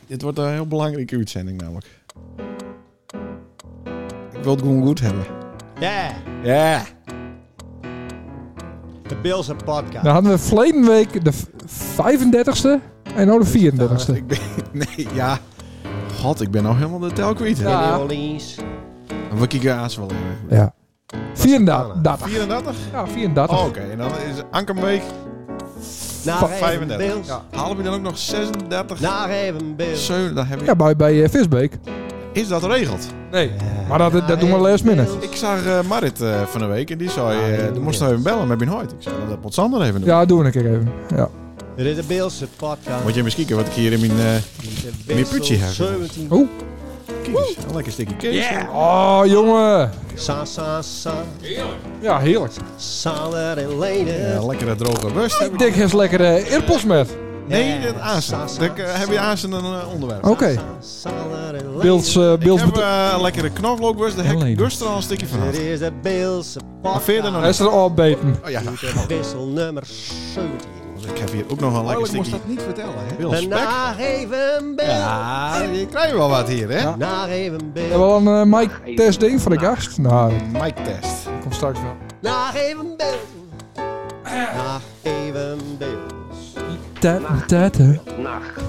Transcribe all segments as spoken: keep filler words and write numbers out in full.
Dit wordt een heel belangrijke uitzending namelijk. Ik wil het gewoon goed hebben. Ja, Ja. Yeah. de Beelse podcast. Dan hadden we verleden week de vijfendertigste en nu de vierendertigste. Uh, ik ben, nee, ja. God, ik ben nou helemaal de tel kwijt. Ja. New Orleans. We kijken aan wel even. Ja. vierendertig. vierendertig? Ja, vierendertig. Oh, oké. Okay. En dan is Ankerbeek Naar even vijfendertig. Beels. Ja. Halen we dan ook nog zesendertig? Naar even Beels. Zo, dan heb je... Ja, bij, bij uh, Visbeek. Is dat geregeld? Nee. Maar dat, dat doen we last minute. Ik zag uh, Marit uh, van de week en die zei, uh, dan moest even bellen met mijn huid. Ik zei, dat moet Sander even doen. Ja, doen we een keer even. Ja. Dit is de Beelse podcast. Moet je eens kijken wat ik hier in mijn, uh, mijn putje heb. zeventien. Oeh. Kijk eens, een lekker stukje kees. Yeah. Oh, jongen. Sa, sa, sa. Ja, heerlijk. Sander en Lene. Ja, lekkere droge worst heb Ik ik. denk eens lekker uh, earpods met. Nee, Ja. dat aanstaan. Sa, Dan sa, uh, heb je aanstaan een uh, onderwerp. Oké. Okay. Sander en Lene. Beelds, uh, Ik beelds heb uh, een lekkere knoflookworst. De hek Alleen. dorst er al een stukje van af. Dit is de Beelse Maar podcast. verder nog Hij is er al beten. Oh ja, Wissel nummer zeventien. ik heb hier ook nog een lekker stukje. dat niet vertellen, hè? Heel En spek. naar even Beels. Ja, je krijgt wel wat hier, hè? Ja. Naar even We Beels. hebben wel een uh, mic-test ding voor de gast. Nou, dat Mic test. komt straks wel. Naar even Beels. Naar even Beels. Tet, tet, hè. Nacht.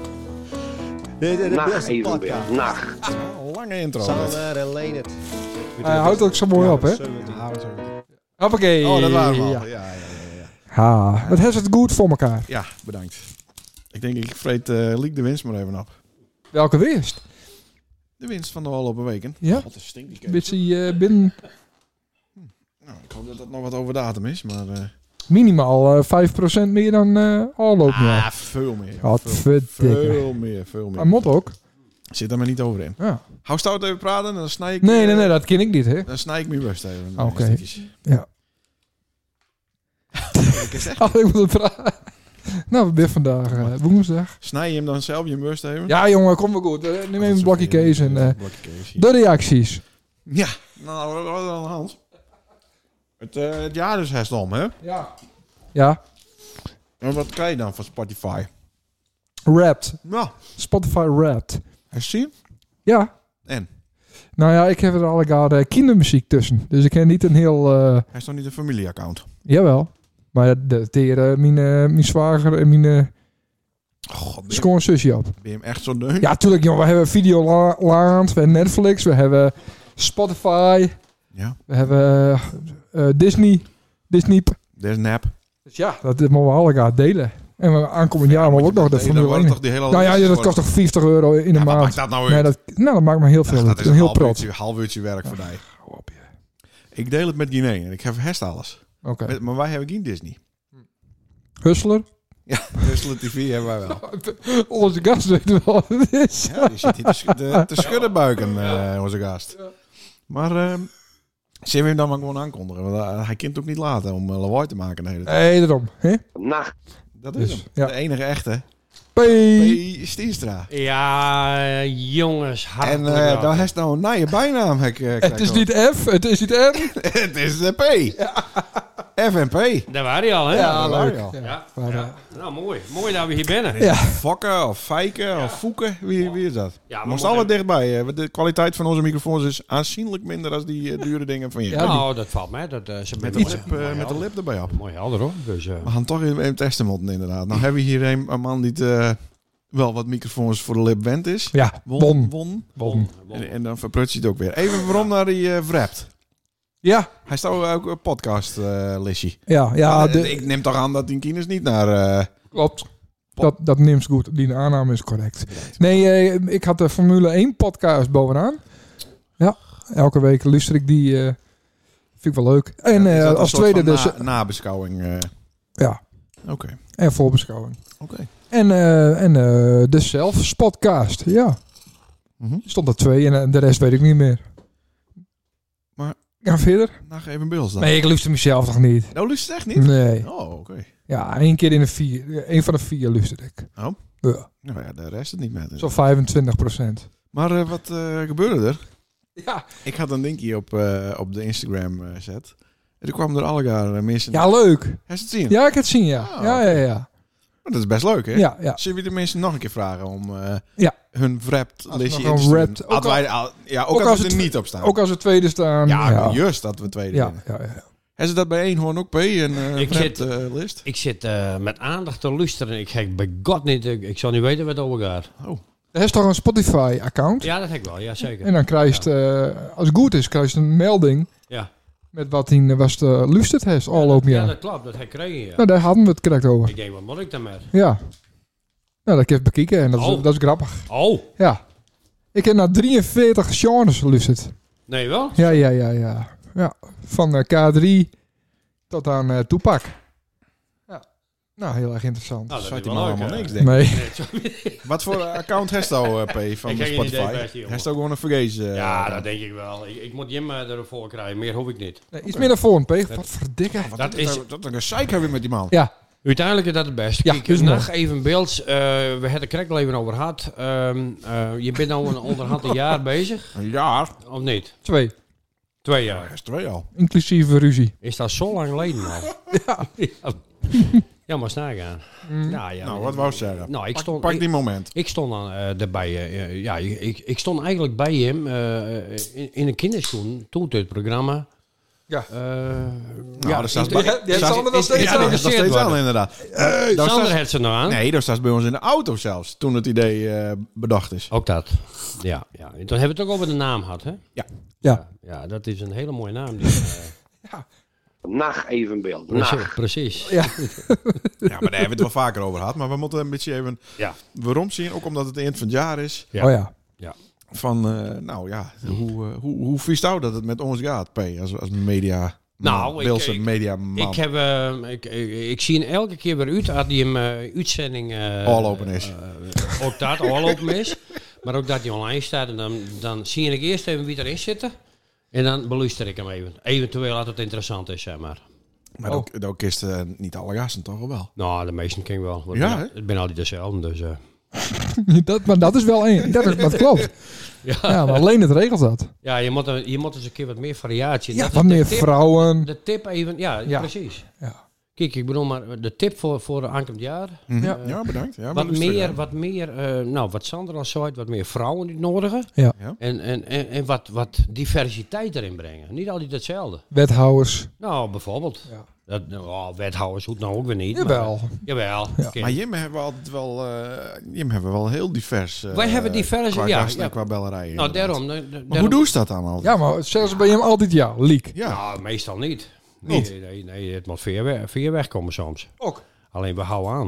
Dit is de Nacht Beelse evenbeeld. podcast. Nacht. Een lange intro. dit. Sander en Leonard. Hij houdt ook zo mooi op, hè? Ja, wat zo. Hoppakee. Oh, dat waren we al. Ja. Ja, ja, ja. ja. Ha, wat heeft het goed voor elkaar. Ja, bedankt. Ik denk, ik vreet uh, Liek de winst maar even op. Welke winst? De winst van de afgelopen weken. Ja? God, een stinky Beetje uh, binnen Nou, ik hoop dat dat nog wat over datum is, maar... Uh, minimaal uh, vijf procent meer dan uh, al ah, ja. veel meer. Godverdikke. Veel, veel meer, veel meer. Hij moet ook. Zit er maar niet over in. Ja. Hou stout even praten en dan snij ik... Nee, uh, nee, nee, dat ken ik niet, hè? Dan snij ik mijn worst even. Oké. Okay. Ja. Ik is echt... Oh, ik moet het praten. Nou, we zijn vandaag uh, woensdag. Snij je hem dan zelf je worst even? Ja, jongen, kom maar goed. Uh, neem even een blokje kees en uh, blokje kees hier. de reacties. Ja, nou, wat is er aan de hand? Het, uh, het jaar is herst om, hè? Ja. Ja. En wat krijg je dan van Spotify? Wrapped. Nou, Spotify Wrapped. herzien? Ja. En? Nou ja, ik heb er allegaar uh, kindermuziek tussen. Dus ik heb niet een heel... Uh, Hij is toch niet een familieaccount? jawel. Maar de, de, uh, mijn, uh, mijn zwager en mijn uh, God, ben je, schoonzusje op. ben je hem echt zo deun? Ja, tuurlijk, jongen. We hebben Videoland, we hebben Netflix, we hebben Spotify, Ja, we hebben uh, Disney. Disney. there's nap. Dus ja, dat moeten we allegaar delen. En we aankomend jaar maar ook nog de Nee, dan Formule wordt één. toch die hele Nou ja, lijst dat wordt- kost toch vijftig euro in de Ja, wat maand. maakt dat nou Nee, uit? dat, nou, dat maakt me heel veel. Ach, dat is een een heel half prot. uurtje, half uurtje werk voor mij. Hou op, je. Ik deel het met Guinea en ik heb herst alles. Oké. Met- Maar wij hebben geen Disney. Hustler. Ja, Hustler T V hebben wij wel. Onze gast weet wel wat het is. Ja, die zit hier te, sch- te, te schudden buiken, uh, onze gast. Maar uh, zullen we hem dan maar gewoon aankondigen? Want uh, hij kan het ook niet laten om uh, lawaai te maken de hele tijd. Nee, daarom. Hè? Nacht. Dat is Dus, hem. ja. De enige echte. P. P. Stienstra. Ja, jongens, En hartelijk uh, welkom. daar heeft nou een naaie bijnaam. Heb ik, uh, Het is niet F, het is niet R. Het is de P. F en P. Daar waren die al, hè? Ja, daar leuk. waren we al. Ja. Ja, Maar, ja. Nou, mooi. Mooi dat we hier binnen. Ja. Fokken of feiken of foeken. Wie, wie is dat? Ja, maar Moest moet al wat even- dichtbij. uh, De kwaliteit van onze microfoons is aanzienlijk minder dan die uh, dure dingen van je. Ja. Nou, dat valt mij. Dat, uh, ze Met, de mooi- lip, uh, mooi met de helder. lip erbij op. Mooi helder, hoor. Dus, uh, We gaan toch in het testen inderdaad. Nou hebben we hier een, een man die uh, wel wat microfoons voor de lip wend is. Ja, Won. Bon. Won. Bon. En, en dan verprutst hij het ook weer. Even waarom naar die uh, wrapped. Ja, Hij staat ook een podcast, uh, Lissie. ja, ja Maar, de, uh, ik neem toch aan dat die kines niet naar... Uh, klopt. Dat, dat neemt goed. Die aanname is correct. Nee, eh, ik had de Formule één podcast bovenaan. Ja, elke week luister ik die. eh vind ik wel leuk. En is eh, dat een als soort tweede van dus... Na, nabeschouwing. Uh, ja, Oké. en voorbeschouwing. Oké. En, eh, en eh, de Selfs podcast, ja. Mhm. Stond er twee en eh, de rest weet ik niet meer. Maar- Ja, verder? Nou, even Bills dan. Nee, ik luister mezelf nog niet. Nou, lust het echt niet? Nee. Oh, oké. Ja, één keer in de vier. Eén van de vier luister ik. Oh? Ja, Nou ja, de rest het niet met. zo vijfentwintig procent. Maar uh, wat uh, gebeurde er? Ja. Ik had een linkje op, uh, op de Instagram uh, zet. En toen kwamen er allegaar uh, mensen... Ja, leuk. Heb je het zien? Ja, ik heb het zien, ja. Ah, Ja, oké. ja, ja. Maar dat is best leuk, hè? Ja, ja. Zullen we de mensen nog een keer vragen om uh, Ja. hun wrapped Als we listje nog in te een sturen? wrapped- Als ook al- wij, al- ja, ook, ook als als we er het- niet op staan. Ook als we tweede staan. ja, ja. juist dat we tweede Ja, winnen. ja, ja. Hebben ze dat bij Eenhoorn ook, P? Een uh, Ik wrapped zit- uh, list? Ik zit eh, met aandacht te luisteren. Ik ga bij God niet... Ik, ik zal niet weten wat het over gaat. Oh, Er is toch een Spotify-account? Ja, dat heb ik wel. Ja, zeker. En dan krijg je, eh, als het goed is, krijg je een melding Ja. met wat hij was de luisterd heeft al op Ja, jaar. dat klopt. Dat heb ik gekregen, ja. Nou, daar hadden we het correct over. Ik denk, wat moet ik dan met? Ja. Nou, dat kan je even bekijken en dat is, Oh. dat is grappig. Oh, Ja. Ik heb naar drieënveertig genres geluisterd. nee wel? Ja, ja, ja, ja. ja. Van eh, K drie tot aan uh, Tupac. Ja. Nou, heel erg interessant. Nou, dat zei is die wel man leuk, allemaal hè? niks, denk ik. Nee. Nee, sorry. Wat voor account heeft jou, uh, P, van Ik de heb geen idee, Spotify? best, jongen. Heeft jou gewoon een vergezen? uh, Ja, account? dat denk ik wel. Ik, ik moet Jim uh, ervoor krijgen. Meer hoef ik niet. nee iets meer naar voren, P. Wat verdikke. Wat Dat dat is- is... Dat een zeik hebben we met die man. Ja. Uiteindelijk is dat het beste. Ja, Kijk, dus nog mooi. even beeld. Uh, we hebben het er al even over gehad. Um, uh, je bent nou een onderhand een jaar bezig, Een jaar. of niet? Twee. Twee Ja, jaar. dat is twee al. Inclusief ruzie. Is dat zo lang geleden al? Ja. ja. Ja, maar snel gaan. Mm. Nou, ja, Nou, wat wou je zeggen? Nou, ik Pak- stond... Pak ik- die moment. Ik stond dan uh, erbij. Uh, ja, ik, ik stond eigenlijk bij hem uh, in, in een kinderschoen. Toen het programma. Ja. Uh, Nou, ja, daar staat ik- Die- die heeft staat- Sander nog is- steeds ja, aan. dat is nog steeds worden. aan, inderdaad. Hey, daar Sander staat- had ze nou aan. Nee, daar staat bij ons in de auto zelfs, toen het idee eh, bedacht is. Ook dat. Ja, ja. En toen hebben we het ook over de naam gehad, hè? Ja. Ja. Ja, dat is een hele mooie naam. Die, uh, Nacht evenbeeld. precies. Nacht. precies. Ja. Ja, maar daar hebben we het wel vaker over gehad. Maar we moeten een beetje even Ja. waarom zien. Ook omdat het eind van het jaar is. Ja. Oh ja. Van, eh, nou ja, hoe, uh, hoe, hoe vies jou dat het met ons gaat, P? Als, als media... Nou, ik- Beelse ik- media man. Ik, heb, uh, ik, ik, ik zie hem elke keer weer uit als die hem uh, uitzending... Uh, All open is. Uh, ook dat, all open is. Maar ook dat hij online staat. En dan, dan zie ik eerst even wie erin zitten. En dan beluister ik hem even. Eventueel als het interessant is, zeg maar. Maar Oh. ook, ook is uh, niet alle gasten toch wel wel. Nou, de meesten ken ik wel. Want Ja, ik ben- hè? Het ben altijd dezelfde, dus... Uh, dat, maar dat is wel één. Dat, is- dat klopt. ja. Ja, maar alleen het regelt dat. ja, je moet, er- je moet eens een keer wat meer variatie. Ja, Dat is wat de meer tip- vrouwen. De tip even... Ja, Ja. precies. Ja. Kijk, ik bedoel maar de tip voor, voor de aankomend jaar. Mhm. Ja. Ja, bedankt. Ja, Wat maar luister meer, dan. wat meer uh, nou, wat Sander al zei, wat meer vrouwen die nodigen. Ja. Ja. En, en, en, en wat, wat diversiteit erin brengen. Niet altijd hetzelfde. Wethouders. Nou, bijvoorbeeld. Ja. Dat, oh, wethouders hoeft nou ook weer niet. Jawel. Maar, jawel. Ja. oké. Maar Jim hebben we altijd wel, uh, Jim hebben we wel heel divers. Uh, Wij hebben divers, qua ja, gasten en ja. qua bellerijen. Nou, inderdaad. daarom. da- da- Maar hoe daarom- doen ze dat dan al? Ja, maar zeggen ze bij hem altijd ja. Leak. Ja. Nou, meestal niet. Niet? Nee, nee, nee, het moet ver weg, ver weg komen soms. Ook. Alleen we houden aan.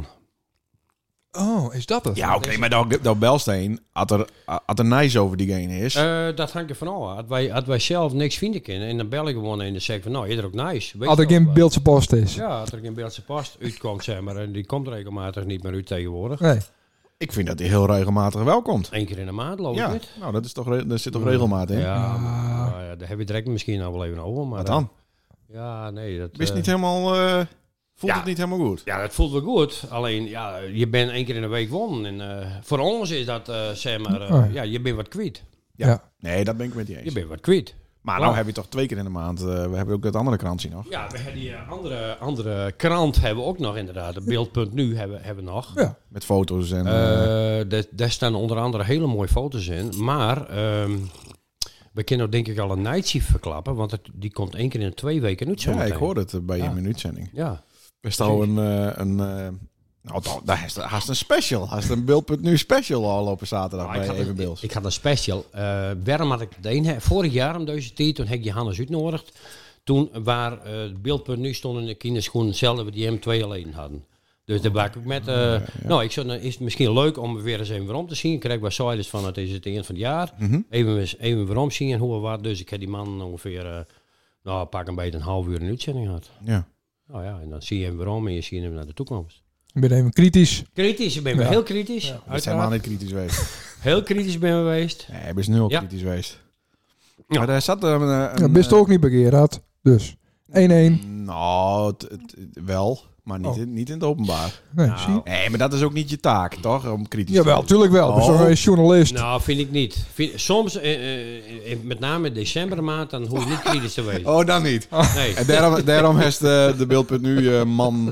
Oh, is dat het? Ja, oké, maar dat, dat Belsteen, als er, als er nice over diegene is. Uh, dat hangt er van af. Als wij, als wij zelf niks vinden kunnen en dan bel ik gewoon en dan zeg ik van nou, is er ook nice. Weet Als je er wel, geen uh, beeldse post is. Ja, als er geen beeldse post uitkomt, zeg maar. En die komt regelmatig niet meer uit tegenwoordig. Nee. Ik vind dat hij heel regelmatig welkomt. Eén keer in de maand, geloof ik Ja, niet. nou, dat is toch, re- daar zit toch regelmaat in? Ja, maar, nou ja, daar heb je direct misschien al wel even over. Maar, Wat dan? uh, ja, nee. Dat, Wist uh, niet helemaal, uh, voelt ja. het niet helemaal goed? Ja, dat voelt wel goed. Alleen, ja, je bent één keer in de week won. En uh, voor ons is dat, uh, zeg maar, uh, Oh ja. ja, je bent wat kwijt. Ja. Ja. Nee, dat ben ik met je Je eens. bent wat kwijt. Maar Wow. nou heb je toch twee keer in de maand, uh, we hebben ook dat andere krantje nog. Ja, we hebben die uh, andere, andere krant hebben we ook nog inderdaad. De beeld.nu hebben, hebben we nog. Ja. Met foto's en... uh, Uh, daar- daar staan onder andere hele mooie foto's in. Maar ehm, we kunnen denk ik al een nightshift verklappen. Want het, die komt één keer in de twee weken uit zo ja, ik meteen. hoorde het uh, bij Ja. je minuutzending. Ja. Best al een... Uh, een uh, nou, dan- daar is haast een special. Haast een beeld.nu special al op zaterdag Nou, ik, bij had Even een, Beels. ik had een special. Uh, waarom had ik het een? Hè? Vorig jaar om deze tijd, toen heb ik Johannes uitgenodigd. Toen waar uh, beeld.nu stond in de kinderschoen hetzelfde die hem twee alleen hadden. Dus daar ben ik ook met... Uh, Nou, ik zou, dan is het misschien leuk om weer eens even waarom te zien. Ik krijg wat cijfers van het is het eind van het jaar. Mhm. Even, eens- even waarom zien en hoe we wat. Dus ik heb die man ongeveer... Uh, nou, pak een beetje een half uur een uitzending gehad. Ja. Nou ja, en dan zie je hem waarom en je ziet hem naar de toekomst. Ik ben even kritisch. Kritisch, ik ben Ja. heel kritisch. Ja. Dat is Uiteraard. helemaal niet kritisch geweest. Heel kritisch ben we geweest. Nee, hij is nul Ja. kritisch geweest. Ja. Maar daar zat een... een Ja, best ook niet bij Gerard. Dus. één-één. Nou, het- het- het- wel. Maar niet, Oh. in, niet in het openbaar. Nee, Nou, zie. Nee, maar dat is ook niet je taak, toch? Om kritisch Jawel, te tuurlijk wel. Ik ben Oh. toch een journalist. Nou, vind ik niet. Vind- soms, eh, eh, eh, met name decembermaand, dan hoef je niet kritisch te wezen. Oh, dan niet. Nee. En daarom, daarom heeft de, de beeld.nu uh, man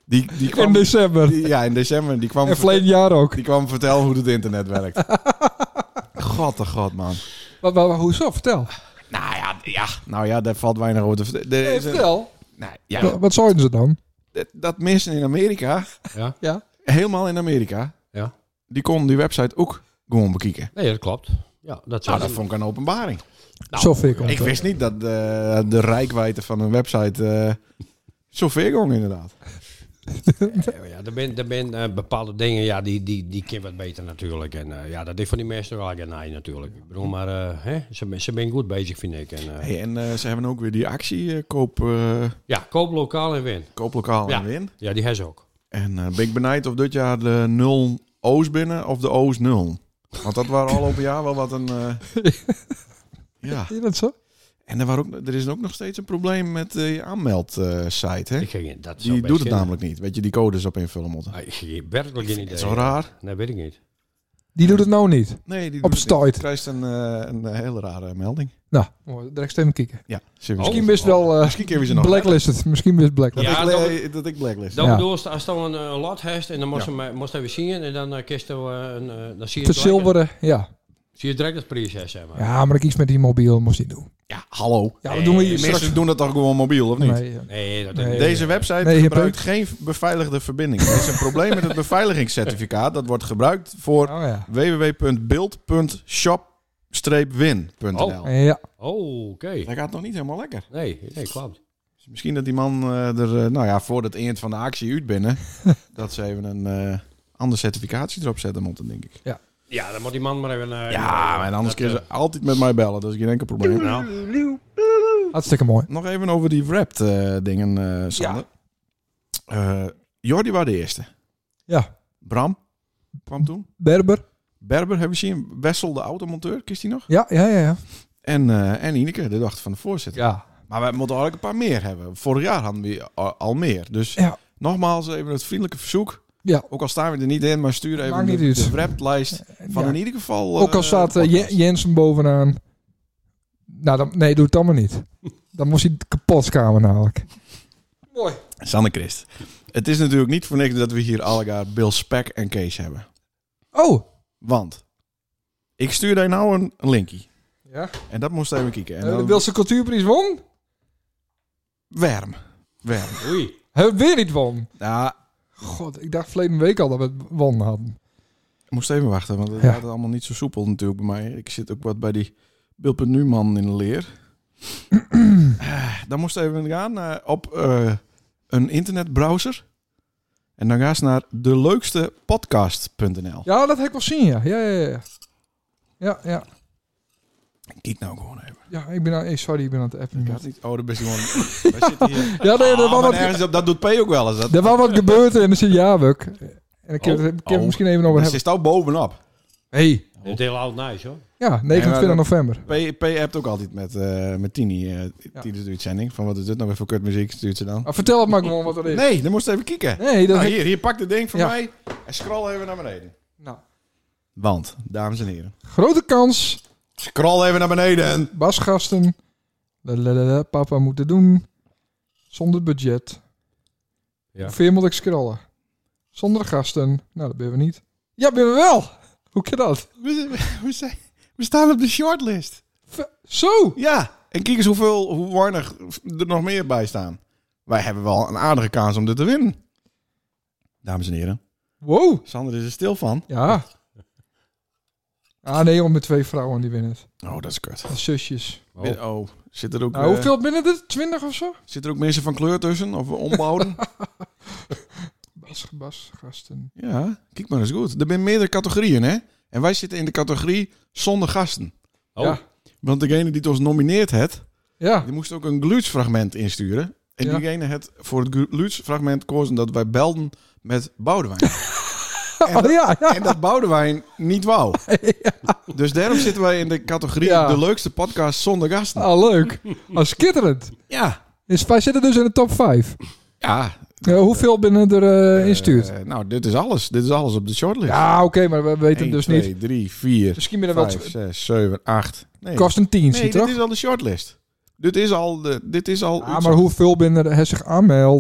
Die, die In kwam, december. die- ja, in december. Die kwam, En verleden jaar ook. die kwam vertellen hoe het internet werkt. God, oh god, man. Wat, wat, wat- hoezo? Vertel. Nou ja, ja, nou ja, daar valt weinig over te vertellen. Er Nee, is een- vertel. nou, ja, Wat, wat zouden ze dan? dat, dat mensen in Amerika, Ja, Ja. helemaal in Amerika, ja. die konden die website ook gewoon bekijken. Nee, dat klopt. Ja, dat Nou, zou dat vond ik een openbaring. Nou, Zoveel komt Ik er. wist niet dat de, de rijkwijde van een website eh zo ver ging, inderdaad. Ja, er zijn er ben, eh, bepaalde dingen, ja, die, die, die kan wat beter natuurlijk. En uh, ja, dat is van die mensen wel geen nee, natuurlijk. Ik bedoel, maar uh, hè, ze, ben- ze zijn goed bezig, vind ik. En, uh, Hey, en uh, ze hebben ook weer die actie, uh, koop, uh, ja, koop lokaal en win. koop lokaal Ja. en win. Ja, die hebben ze ook. En uh, ben ik benijd of dit jaar de nul O's binnen of de O's nul. Want dat waren al op een jaar wel wat een... Uh, ja, Is dat zo? en er, waren ook, er is ook nog steeds een probleem met de aanmeldsite, hè? Ik ga geen, dat zou Die best doet het kunnen. namelijk niet. Weet je, die codes op invullen moeten. Ah, ik heb werkelijk geen idee. Zo raar. Nee, weet ik niet. Die doet het nou niet. Nee, die Op doet het niet. site. Je krijgt een, uh, een uh, hele rare melding. Nou, mooi, direct even kijken. Ja, serieus. Misschien best wel uh, Misschien kunnen we ze nog blacklisted. Misschien best Dat, blacklisted. Ja, ik, dat- bla- dat ik blacklist. Dan Ja. bedoel je, als je een uh, lot hebt en dan moest Ja. je maar- moest je even zien en dan uh, kiest je uh, een, uh, dan zie je Te het gelijk- zilveren, ja. zie je direct het prijs, hè, zeg maar. Ja, maar ik iets met die mobiel moest niet doen. Ja, hallo. Ja, dat doen we hier Mensen straks. doen dat toch gewoon mobiel, of niet? Nee, ja. Nee, dat Nee. niet. Deze website Nee, je gebruikt geen beveiligde verbinding. Er is een probleem met het beveiligingscertificaat. Dat wordt gebruikt voor Oh ja. w w w punt beeld punt shop win punt n l. Oh. Ja. Oh, oké. Dat gaat nog niet helemaal lekker. Nee, nee, klopt. Dus misschien dat die man eh, er, eh, nou ja, voor het eind van de actie uit binnen, dat ze even een eh ander certificatie erop zetten moeten, denk ik. Ja, dan moet die man maar even... uh, Ja, maar anders dat, kunnen ze uh, altijd met mij bellen. Dat is geen enkel probleem. nou, Hartstikke mooi. Nog even over die wrapped eh, dingen, eh Sander. Eh, Jordi was de eerste. Ja. Bram kwam toen. Berber. Berber, hebben we zien. Wessel, de automonteur, kiest hij nog? Ja, ja, ja. Ja. En, eh en Ineke, de dochter van de voorzitter. ja. Maar wij moeten eigenlijk een paar meer hebben. Vorig jaar hadden we al, al meer. Dus Ja. nogmaals even het vriendelijke verzoek. Ja. Ook al staan we er niet in, maar stuur even Maakt niet de, uit. de wrapped-lijst van Ja. in ieder geval... Ook al eh, staat de eh, podcast. Je- Jensen bovenaan. Nou, dan, nee, doe het dan maar niet. Dan moest hij kapot kamer namelijk. Mooi. Sanne Christ. Het is natuurlijk niet voor niks dat we hier allegaar Bill Speck en Kees hebben. Oh. Want ik stuur daar nou een, een linkje. Ja. En dat moest even kijken. En En de dan, Wilse Cultuurprijs won? Werm. Werm. oei. Hebben we weer niet won? Ja, God, ik dacht verleden week al dat we het won hadden. ik moest even wachten, want het Ja. gaat allemaal niet zo soepel natuurlijk bij mij. Ik zit ook wat bij die Bill.nu man in de leer. Ah, dan moest even gaan eh, op eh, een internetbrowser. En dan ga je naar de leukste podcast punt n l. Ja, dat heb ik wel zien, ja. Ja, ja, ja. Ja, ja. Kijk nou gewoon even. Ja, ik ben aan... eh, Sorry, ik ben aan het appen. Ik had niet, oh, dat is gewoon... Wij zitten hier... Ja, nee, er Ah, was maar wat, ergens op- dat doet P ook wel eens. Dat, er was wat gebeurd en er zit ja-buk. En ik kan Oh, het ik kan het oh. misschien even over dat hebben. zit al bovenop. Hey. Het is heel oud nice, hoor. Ja, Nee, negenentwintig maar november. P, P hebt ook altijd met, eh met Tini uh, Ja. tijdens de uitzending. Van wat is dit nou weer voor kutmuziek, stuurt ze dan. Maar vertel het maar gewoon wat er is. Nee, dan moest je even kijken. Nee, dat Nou, is... hier, hier, pak het ding van Ja. mij en scroll even naar beneden. Nou, Want, dames en heren, grote kans. scroll even naar beneden. Basgasten. Lalalala, papa moet het doen. Zonder budget. Ja. Hoeveel moet ik scrollen? Zonder gasten. Nou, dat ben we niet. Ja, ben we wel. Hoe kan dat? We, we, zijn, we staan op de shortlist. V- Zo. Ja, en kijk eens hoeveel, hoe weinig er nog meer bij staan. Wij hebben wel een aardige kans om dit te winnen. Dames en heren, Wow. Sander is er stil van. Ja. Ah nee, om met twee vrouwen die winnen het. Oh, dat is kut. De zusjes. Oh. Oh, zit er ook, Nou, eh, hoeveel binnen er? Twintig of zo? zit er ook mensen van kleur tussen? Of ombouwen? Bas, basgasten. Ja, kijk maar eens goed. Er zijn meerdere categorieën, hè? En wij zitten in de categorie zonder gasten. Oh. Ja. Want degene die het ons nomineert het, Ja. die moest ook een geluidsfragment insturen. En Ja. diegene het voor het geluidsfragment kozen dat wij belden met Boudewijn. En Oh dat, ja, ja. en dat Boudewijn niet wou. Dus daarom zitten wij in de categorie Ja. de leukste podcast zonder gasten. Ah, leuk. Ah, skitterend. Ja. Dus wij zitten dus in de top vijf. Ja. Ja, hoeveel binnen er uh, instuurt? Eh, nou, dit is alles. Dit is alles op de shortlist. Ja, oké, maar we weten één, dus twee, niet. drie, vier, Misschien ben er wel... vijf, zes, zeven, acht. Nee, Kost een tien, nee zie dit toch? is al de shortlist. Dit is al... De, dit is al Ah, maar hoeveel binnen er hij zich aanmeldt?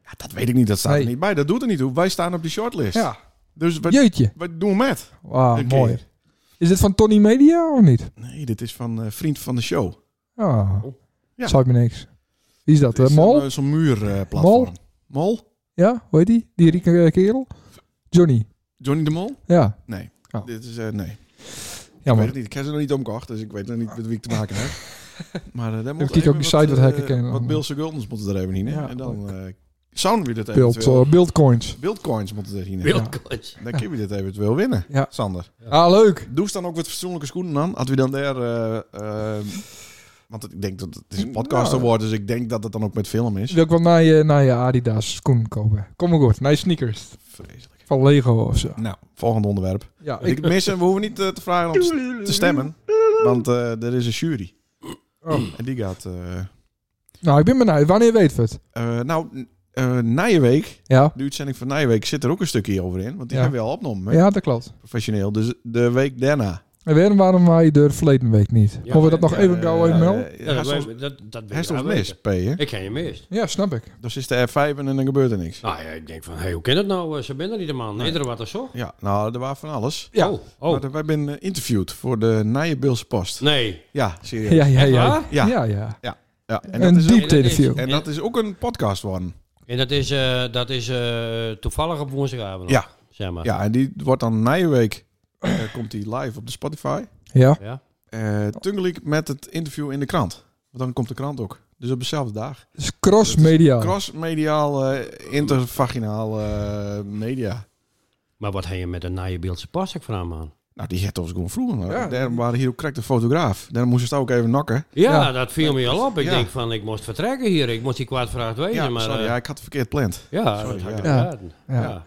Ja, dat weet ik niet. Dat staat Nee. er niet bij. Dat doet er niet toe. Wij staan op die shortlist. Ja. Dus wat, Jeetje. wat doen we met? Wauw, Een mooi. keer. Is dit van Tony Media of niet? Nee, dit is van uh, Vriend van de Show. Ah, Ja. Zou me niks. Wie is dat? Het Uh, is Mol? Zo'n uh, zo'n muurplatform. Mol? Mol? Ja, hoe heet die? Die rieke uh, kerel? Johnny. Johnny de Mol? Ja. Nee. Oh. Dit is, uh, nee. Ja, Ik weet maar het niet. Ik heb ze nog niet omgekocht, dus ik weet nog niet met wie ik te maken heb. Maar uh, daar moet kijk ook die site wat uh, hacken kennen. Wat Beelse guldens moeten er even in. Hè? Ja, En dan uh, zouden we dit beeld, eventueel... uh, beeldcoins. Beeldcoins moeten erin. Beeldcoins. Dan kunnen we dit eventueel winnen, Ja. Sander. Ah, leuk. Doe ze dan ook wat fatsoenlijke schoenen aan. Als we dan daar... Uh, uh, want ik denk dat het is een podcast Nou, award, dus ik denk dat het dan ook met film is. Wil ik wel naar je, naar je Adidas schoen kopen. Kom maar goed. Naar je sneakers. Vreselijk. Van Lego of zo. Nou, volgend onderwerp. Ja, Ik missen, we hoeven niet uh, te vragen om te te stemmen. Want uh, er is een jury. Oh. En die gaat... Uh, Nou, ik ben benieuwd. Wanneer weten we het? uh, nou, uh, Nijenweek, Ja. de uitzending van Nijenweek, zit er ook een stukje over in. Want die Ja. hebben we al opgenomen, hè? Ja, dat klopt. Professioneel. Dus de week daarna. En waarom waren wij de verleden week niet? Ja, Mogen we dat nog Ja, even gauw uh, even melden? uh, Ja, hij dat, is weet- dat, dat weet hij is ik ons wel mis, weten. P, hè? Ik ken je mis. Ja, snap ik. Dus is de R vijf en dan gebeurt er niks. Nou ja, ik denk van, hey, hoe kan het nou? Ze ben er niet, man. Nee, er wat er zo. Ja, nou, er was van alles. Ja. Oh, oh. Maar wij zijn uh, interviewd voor de Nijenbeelse Post. Nee. Ja, serieus. Ja, ja, Echt ja. waar? Ja. Ja, ja. Ja, en, Een dat is ook, diepte interview. en dat is ook een podcast worden. En dat is, uh, dat is uh, toevallig op woensdagavond. Ja. Zeg maar. Ja, en die wordt dan Nijenweek. Uh, komt die live op de Spotify. Ja. Ja. Uh, tegelijk met het interview in de krant. Want dan komt de krant ook. Dus op dezelfde dag. Dus cross-media. Cross-mediaal, uh, intervaginaal uh, media. Maar wat heb je met een naaie beeldse pas ik vraag, man? Nou, die had ons gewoon vroeger. Ja. Daar waren hier ook correct de fotograaf. Daar moesten ze ook even nokken. Ja, Ja. dat viel me al op. Ik Ja. denk van, ik moest vertrekken hier. Ik moest die kwaad vraagd wezen. Ja, maar, sorry, uh, ja, ik had het verkeerd gepland. ja, sorry, dat had ja. ik Ja. geraden. Ja. Ja.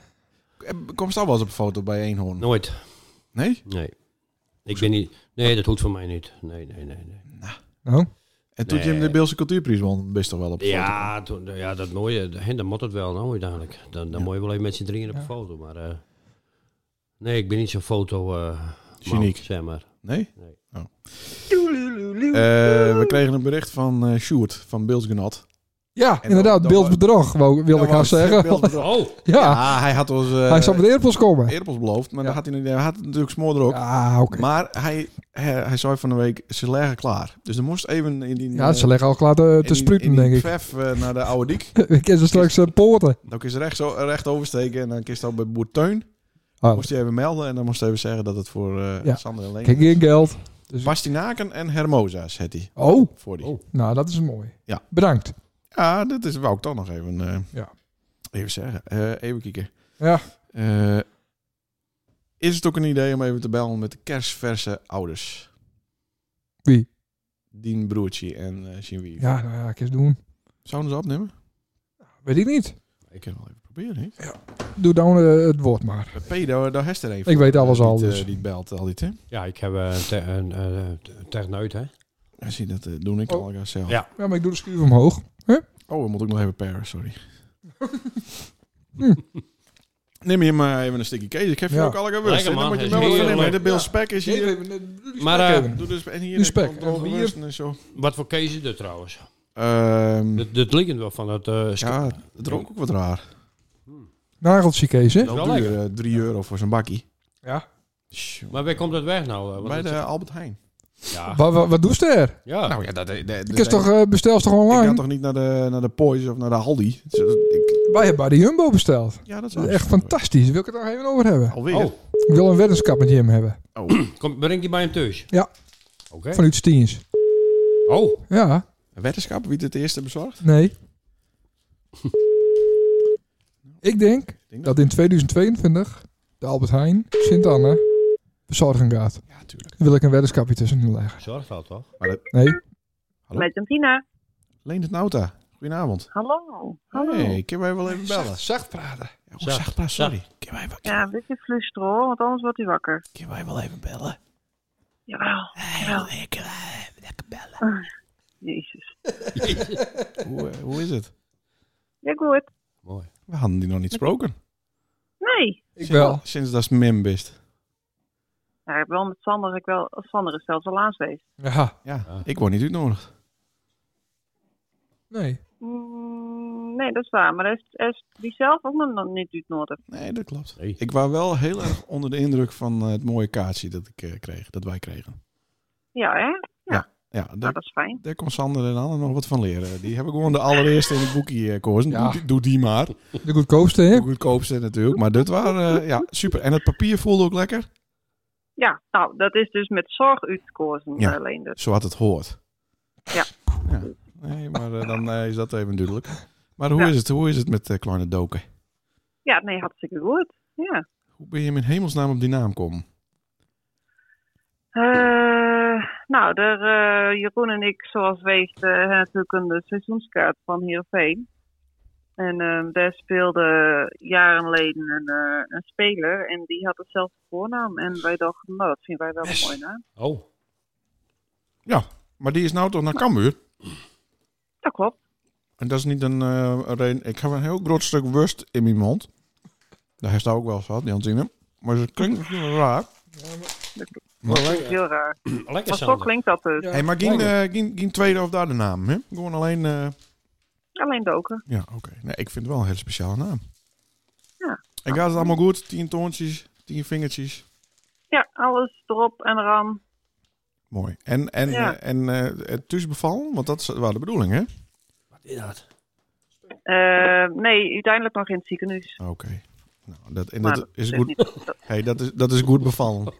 Kom je al wel eens op een foto bij Eenhoorn? Nooit. Nee? Nee. Ik ben niet... Nee, dat hoeft voor mij niet. Nee, nee, nee. nee. Nou, En toen Nee. je hem de Beelse Cultuurprijs won, best toch wel op een foto? Ja, toen, ja, dat mooie. hè, Dan moet het wel, nou, uiteindelijk. Dan, dan Ja. moet je wel even met z'n drieën op een Ja. foto. Maar uh, nee, ik ben niet zo'n foto... Uh, Geniek. man, zeg maar. Nee? Nee. Oh. Uh, we kregen een bericht van uh, Sjoerd van Beeldsgenot. ja, En inderdaad. dan- Beeldbedrog, wou- wilde ik gaan zeggen. Oh, Ja, Ja, hij had ons uh, hij zou met de Airpods komen. Airpods beloofd, maar Ja. dan had hij, niet- hij had het natuurlijk smoor er ook. Ah, oké. Maar hij, hij, hij zei van de week, ze leggen klaar. Dus er moest even in die... Ja, ze leggen al klaar te, te spruten, denk ik. Vef uh, naar de oude dik. Ik ken ze straks uh, poorten. Dan kun je recht, zo, recht oversteken en dan kun je ook bij boer Teun. Oh, Moest hij even melden en dan moest hij even zeggen dat het voor uh, Ja. Sander en Leen kijk, geen geld. Dus, Pastinaken en hermosa's had hij oh, voor die. Oh. nou, dat is mooi. Ja. Bedankt. Ja, dat is, wou ik toch nog even, uh, Ja. even zeggen. Uh, even kijken. Ja. Uh, is het ook een idee om even te bellen met de kerstverse ouders? Wie? Dien broertje en uh, zijn wie. Ja, nou ja, ik eens doen. Zouden ze opnemen? Weet ik niet. Ik kan wel even proberen, hè? Doe dan uh, het woord maar. P, daar, daar heeft er een. Ik weet alles uh, al, Die, dus. uh, die belt al dit, hè? ja, ik heb uh, te, een uh, techneut, hè. Ja, zie, dat uh, doe ik Oh. al zelf. Ja. Ja, maar ik doe de schuur omhoog. Oh, we moeten ook nog even paren, sorry. Hm. Neem je maar even een stukje Kees. Ik heb je Ja. ook al gewust. Lekker, hè? Dan man. moet je Is wel wat heerlijk. nemen. De Bill Ja. Spek is hier. Maar, uh, Doe dus, en hier Nu spek. heb ik al En hier- gewust en zo. Wat voor Kees is dit trouwens? Ehm, Dat, dat ligt wel van het... Uh, ja, het rook ook wat raar. Nageltje, Kees, hè? Dat is Wel wel duur, uh, drie euro voor zo'n bakkie. Ja. Tjoh. Maar waar komt dat weg nou? Uh, want Bij het- de Albert Heijn. Ja. Wat, wat, wat doe je er? ja. Nou ja, dat... dat, dat Ik is toch, uh, bestel toch ik online? ga toch niet naar de, naar de Poys of naar de Aldi? Dus, uh, ik- Wij hebben bij de Jumbo besteld. ja, dat is Dat wel is echt fantastisch. Wil ik het er nog even over hebben? Alweer? Oh, Ik wil een weddenschap met Jim hebben. kom, breng die bij hem thuis? Ja. Oké. Vanuit Stiens. Oh, Ja, Een weddenschap? Wie het eerste bezorgt? nee. Ik denk Ik denk dat in tweeduizend tweeëntwintig de Albert Heijn Sint-Anne bezorgen gaat. Ja, tuurlijk. Dan wil ik een weddenschapje tussen leggen. zorgveld toch? Nee? Hallo? Met Antina. Leent het Nauta. Goedenavond. Hallo. Hallo. Hey, kunnen wij wel even bellen? Zacht, zacht praten. Ja, hoe Zacht, zacht praat, sorry. Kunnen wij, wel- Ja, een beetje flusteren hoor, want anders wordt hij wakker. kunnen wij wel even bellen? Jawel. Jawel. Ik wil even lekker bellen. Jezus. Hoe, uh, hoe is het? Ja, goed. Mooi. We hadden die nog niet gesproken. Nee. Ik wel. Sinds dat is mem best. Ja, ik heb wel met Sander, ik wel, Sander is zelfs al laatst geweest. Ja. Ja, Ja. ik word niet uitgenodigd. Nee. Mm, nee, dat is waar. Maar hij is, hij is die zelf ook nog niet uitnodigd. Nee, dat klopt. Nee. Ik was wel heel erg onder de indruk van eh, het mooie kaartje dat ik eh, kreeg, dat wij kregen. Ja, hè? Ja, Nou, daar, dat is fijn. daar kon Sander en Anne nog wat van leren. Die hebben gewoon de allereerste in het boekje uh, kozen. Ja. Doe, doe die maar. De goedkoopste, hè? De goedkoopste natuurlijk. Maar dit waren, uh, ja, super. En het papier voelde ook lekker. Ja, nou, dat is dus met zorg uitgekozen, Ja. alleen dus. Zo had het hoort. Ja. ja. Nee, maar uh, dan uh, is dat even duidelijk. Maar hoe, Ja. is, het, hoe is het met uh, kleine Doken? Ja, nee, hartstikke goed. Ja. Hoe ben je met hemelsnaam op die naam komen? Uh, nou, daar, uh, Jeroen en ik, zoals weet, uh, hebben natuurlijk een seizoenskaart van Heerenveen. En uh, daar speelde jaren geleden een, uh, een speler en die had hetzelfde voornaam. En wij dachten, nou, dat vinden wij wel een mooie naam. Oh, Ja, maar die is nou toch naar Cambuur? Dat klopt. En dat is niet een, uh, een reden. Ik heb een heel groot stuk worst in mijn mond. Daar heeft hij ook wel eens gehad, die Antine. Maar het klinkt misschien wel raar. Dat is heel raar. lekker Maar zo Sander. klinkt dat dus. Ja. Hey, maar geen, uh, geen, geen tweede of derde naam, hè? Gewoon alleen... Uh... Alleen doken. Ja, oké. Nee, ik vind het wel een hele speciale naam. Ja. En gaat het allemaal goed? Tien toontjes, tien vingertjes. Ja, alles erop en eraan. Mooi. En, en, Ja. uh, en uh, het thuisbevallen? Want dat is wel de bedoeling, hè? Wat is dat? Uh, nee, uiteindelijk nog in het ziekenhuis. Oké. Nou, dat, en Maar dat is dat goed. niet- dat- Hey, dat, is, dat is goed bevallen.